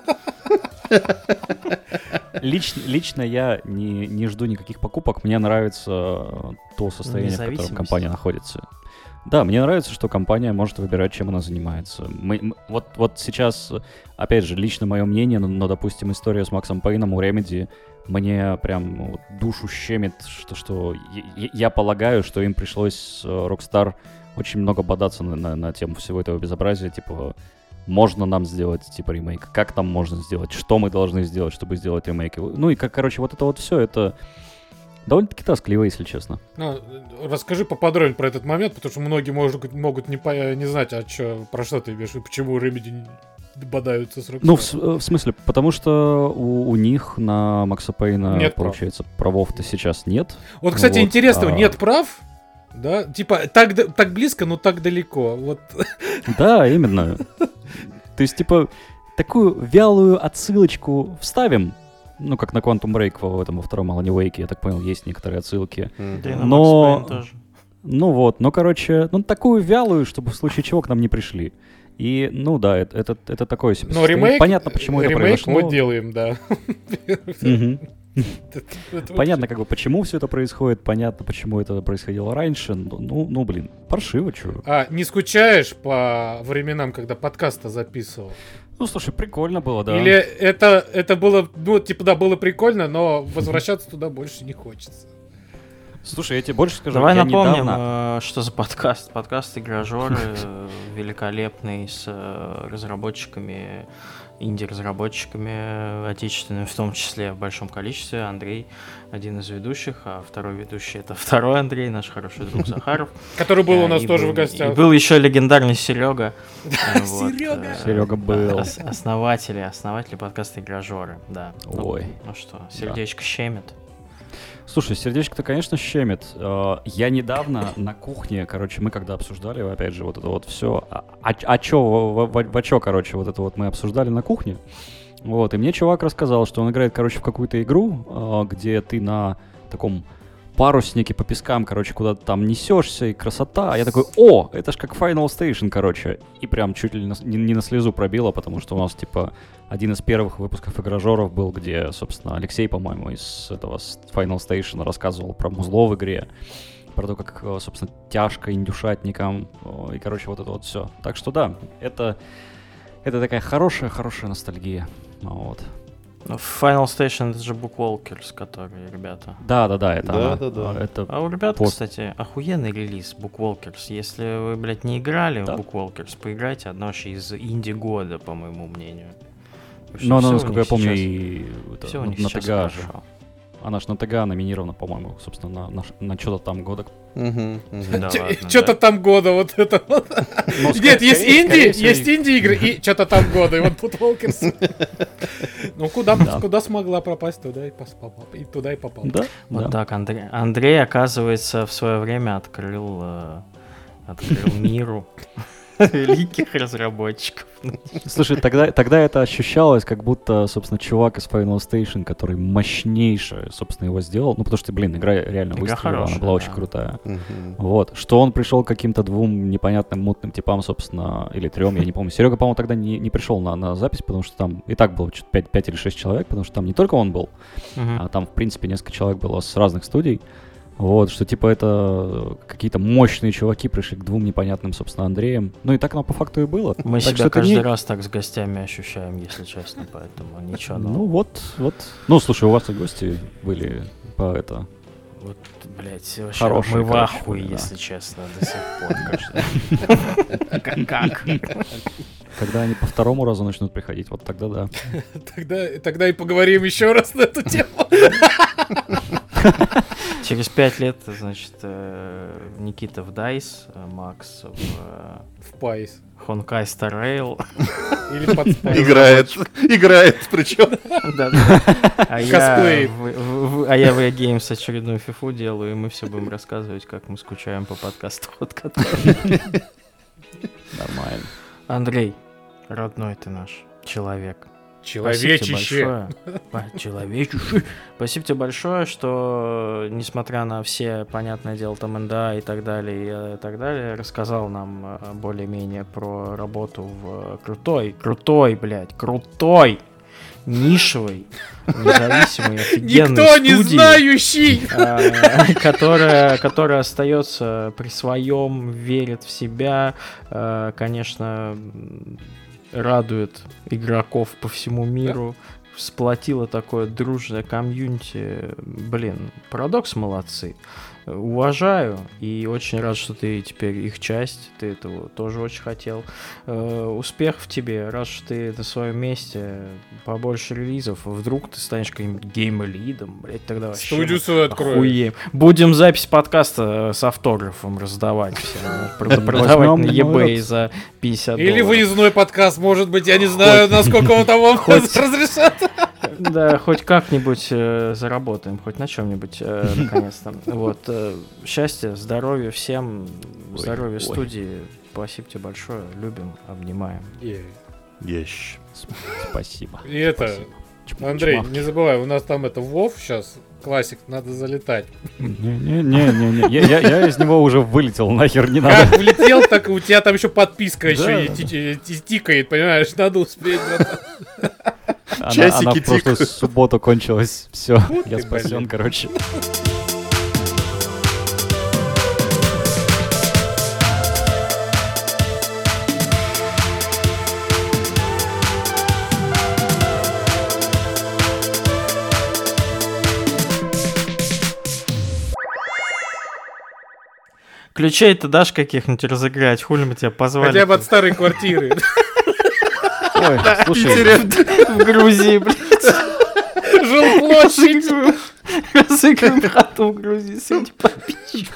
Лично, лично я не, не жду никаких покупок. Мне нравится то состояние, в котором компания находится. Да, мне нравится, что компания может выбирать, чем она занимается. Мы, мы, вот, вот сейчас, опять же, лично мое мнение, но, но, допустим, история с Максом Пейном у Remedy мне прям вот, душу щемит, что, что я, я полагаю, что им пришлось Rockstar очень много бодаться на, на, на тему всего этого безобразия, типа... Можно нам сделать, типа, ремейк? Как там можно сделать? Что мы должны сделать, чтобы сделать ремейк? Ну и, как, короче, вот это вот все, это довольно-таки тоскливо, если честно.
Ну, расскажи поподробнее про этот момент, потому что многие может, могут не, по, не знать, а чё, про что ты имеешь, и почему Remedy бодаются с Rockstar.
Ну, в, в смысле, потому что у, у них на Макса Пейна, нет получается, прав. правов-то сейчас нет.
Вот, кстати, вот, интересно, а... нет прав? Да, типа, так, так близко, но так далеко. Вот.
Да, именно. То есть, типа, такую вялую отсылочку вставим, ну, как на Quantum Break в этом, во втором Alan Wake, я так понял, есть некоторые отсылки.
Mm-hmm.
Но, ну вот, ну, короче, ну, такую вялую, чтобы в случае чего к нам не пришли. И, ну, да, это, это, это такое себе
состояние. Ремейк,
понятно, почему это произошло.
Ремейк мы делаем, да.
Понятно, как бы, почему все это происходит, понятно, почему это происходило раньше. Ну, ну блин, паршиво, чё.
А не скучаешь по временам, когда подкаст-то записывал?
Ну, слушай, прикольно было, да.
Или это, это было, ну, типа, да, было прикольно, но возвращаться туда больше не хочется?
Слушай, я тебе больше скажу.
Давай напомним, недавно... что за подкаст. Подкаст «Игражоры» великолепный, с разработчиками, инди-разработчиками отечественными, в том числе в большом количестве. Андрей один из ведущих, а второй ведущий — это второй Андрей, наш хороший друг Захаров.
Который был у нас тоже в гостях.
И был еще легендарный Серега.
Серега!
Серега был.
Основатели, основатели подкаста «Игражоры», да.
Ой.
Ну что, сердечко щемит.
Слушай, сердечко-то, конечно, щемит. Я недавно на кухне, короче, мы когда обсуждали, опять же, вот это вот все, а, а, а чё, во, во, во чё, короче, вот это вот мы обсуждали на кухне, вот, и мне чувак рассказал, что он играет, короче, в какую-то игру, где ты на таком паруснике по пескам, короче, куда-то там несешься, и красота, а я такой, о, это ж как Final Station, короче, и прям чуть ли не, не на слезу пробило, потому что у нас, типа, один из первых выпусков «Игражоров» был, где, собственно, Алексей, по-моему, из этого Final Station рассказывал про музло в игре, про то, как, собственно, тяжко индюшатникам, и, короче, вот это вот все. Так что да, это, это такая хорошая-хорошая ностальгия, вот.
Final Station — это же Bookwalkers, которые ребята.
Да-да-да, это
Да,
она.
да, да.
Это
А у ребят,
пост.
кстати, охуенный релиз Bookwalkers. Если вы, блядь, не играли
Да.
в Bookwalkers, поиграйте. Одно вообще из инди-года, по моему мнению.
Но она, насколько я помню, и это,
все у
на-
них
на
сейчас
ТГА же.
хорошо.
Она ж на ТГА номинирована, по-моему, собственно, на, на, ш- на что-то там года.
Мгм, мгм.
Да
Чё-
ладно,
Что-то
да.
там года вот это вот.
Ну,
Нет, есть
скорее-
инди,
скорее всего,
есть инди-игры, и что-то там года, и вот Footwalkers. Ну, куда,
Да.
куда смогла попасть, туда и, пос- попал, и туда и попал.
Да,
Вот
да.
так, Андрей, Андрей, оказывается, в свое время открыл, э, открыл миру великих разработчиков.
Слушай, тогда, тогда это ощущалось, как будто, собственно, чувак из Final Station, который мощнейшее, собственно, его сделал. Ну, потому что, блин, игра реально
Игра
выстрелила, она
хорошая,
была
да.
очень крутая.
Мгм.
Вот. Что он пришел к каким-то двум непонятным мутным типам, собственно, или трем, я не помню. Серега, по-моему, тогда не, не пришел на, на запись, потому что там и так было что-то пять, пять или шесть человек, потому что там не только он был,
Мгм.
а там, в принципе, несколько человек было с разных студий. Вот, что типа это какие-то мощные чуваки пришли к двум непонятным, собственно, Андреям. Ну и так оно по факту и было.
Мы
Так что
себя
это
каждый
не-
раз так с гостями ощущаем, если честно, поэтому ничего нового.
Ну вот, вот. Ну, слушай, у вас и гости были по это.
Вот, блядь, вообще
Хорошие,
мы в
короче,
ахуе,
были, да.
если честно, до сих пор. каждый- Как?
Когда они по второму разу начнут приходить, вот тогда да.
Тогда, тогда и поговорим еще раз на эту тему.
Через пять лет, значит, э, Никита в дайс, э, Макс в э,
В Пайс.
Honkai Star Rail.
Или под Спайс.
Играет, играет, причем.
Да-да. А я
Косплей.
в- в- в- а я в E A Games очередную фифу делаю, и мы все будем рассказывать, как мы скучаем по подкасту от которого.
Нормально.
Андрей, родной ты наш человек.
Человечище.
Спасибо тебе большое. По- Человечище. Спасибо тебе большое, что, несмотря на все, понятное дело, там эн ди эй и так далее, и так далее, рассказал нам э, более-менее про работу в крутой, крутой, блядь, крутой, нишевой, независимой, офигенной
Никто не
студии,
знающий.
э, которая, которая остается при своем, верит в себя, э, конечно, м, радует игроков по всему миру, сплотила такое дружное комьюнити. Блин, Парадокс молодцы. Уважаю и очень рад, что ты теперь их часть. Ты этого тоже очень хотел. Э, успехов тебе. Рад, что ты на своем месте. Побольше релизов. Вдруг ты станешь каким-нибудь гейм-лидом. Блять, тогда вообще
Студию свою открою.
охуеем. Будем запись подкаста с автографом раздавать всем. Прод- Продавать
Возьмем
на
самолет.
eBay за пятьдесят
Или
долларов.
выездной подкаст, может быть, я не знаю, насколько он там вам
Хоть-
разрешат.
Да, хоть как-нибудь э, заработаем, хоть на чем-нибудь, э, наконец-то. Вот. э, счастья, здоровья всем,
Ой,
здоровья
ой.
студии. Спасибо тебе большое. Любим, обнимаем.
Ещ.
Спасибо.
И это,
Чм-
Андрей,
чмавки.
не забывай, у нас там это Вов сейчас, классик, надо залетать.
Не-не-не, я, я, я из него уже вылетел, нахер не надо.
Как влетел, так и у тебя там еще подписка
Да,
еще и
да,
ти- ти- тикает, понимаешь, надо успеть.
Она,
Часики
она в прошлую
тикают.
субботу кончилась. Все,
Вот
я
ты,
спасен,
блин.
короче.
Ключей ты дашь каких-нибудь разыграть? Хули мы тебя позвали?
Хотя бы от старой квартиры.
Ой, слушай,
в Грузии, блядь.
Жилплощадь.
Разыграем хату в Грузии сегодня попить.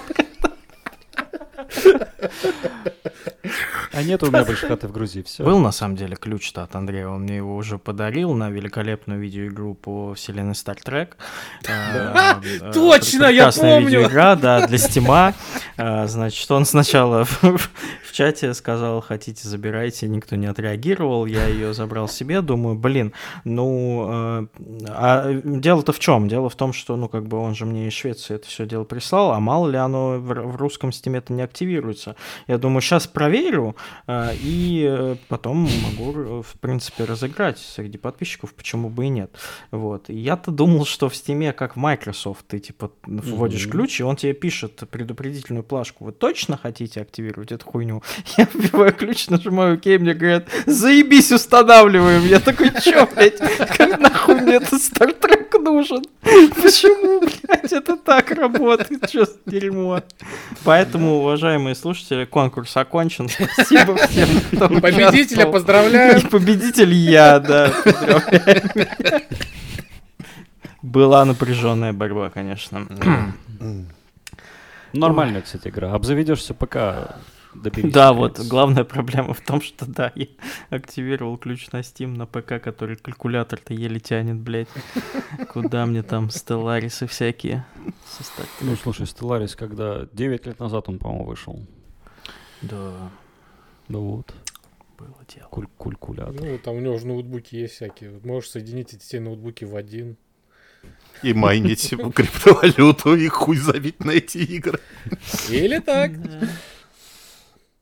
а нет у меня больше хаты в Грузии, все.
Был на самом деле ключ-то от Андрея, он мне его уже подарил на великолепную видеоигру по вселенной Star Trek. Э, э,
Точно, я
прекрасная
помню.
видеоигра, да, для Стима. Э, Значит, он сначала в в чате сказал, хотите, забирайте, никто не отреагировал, я ее забрал себе, думаю, блин, ну, э, а дело-то в чем? Дело в том, что, ну, как бы он же мне из Швеции это все дело прислал, а мало ли оно в в русском Стиме это не активируется. Я думаю, сейчас проверю, и потом могу, в принципе, разыграть среди подписчиков, почему бы и нет. Вот. И я-то думал, что в Steam, как в Microsoft, ты типа вводишь mm-hmm. ключ, и он тебе пишет предупредительную плашку. Вы точно хотите активировать эту хуйню? Я вбиваю ключ, нажимаю ОК, мне говорят, заебись, устанавливаем. Я такой, чё, блядь, как нахуй мне этот Star Trek нужен? Почему, блядь, это так работает? Чё за дерьмо? Поэтому, уважаемые слушатели, конкурс окончен. Спасибо всем, кто участвовал.
Победителя поздравляю.
И победитель я, да. Была напряженная борьба, конечно.
Нормальная, кстати, игра. Обзаведешься пока.
Да, вот главная проблема в том, что да, я активировал ключ на Steam на ПК, который калькулятор-то еле тянет, блядь. Куда мне там Stellaris всякие.
Ну, слушай, Stellaris, когда девять лет назад он, по-моему, вышел.
Да.
Да вот.
Было дело.
Куль- калькулятор.
Ну, там у него же ноутбуки есть всякие. Можешь соединить эти все ноутбуки в один.
И майнить криптовалюту, и хуй забить на эти игры.
Или так.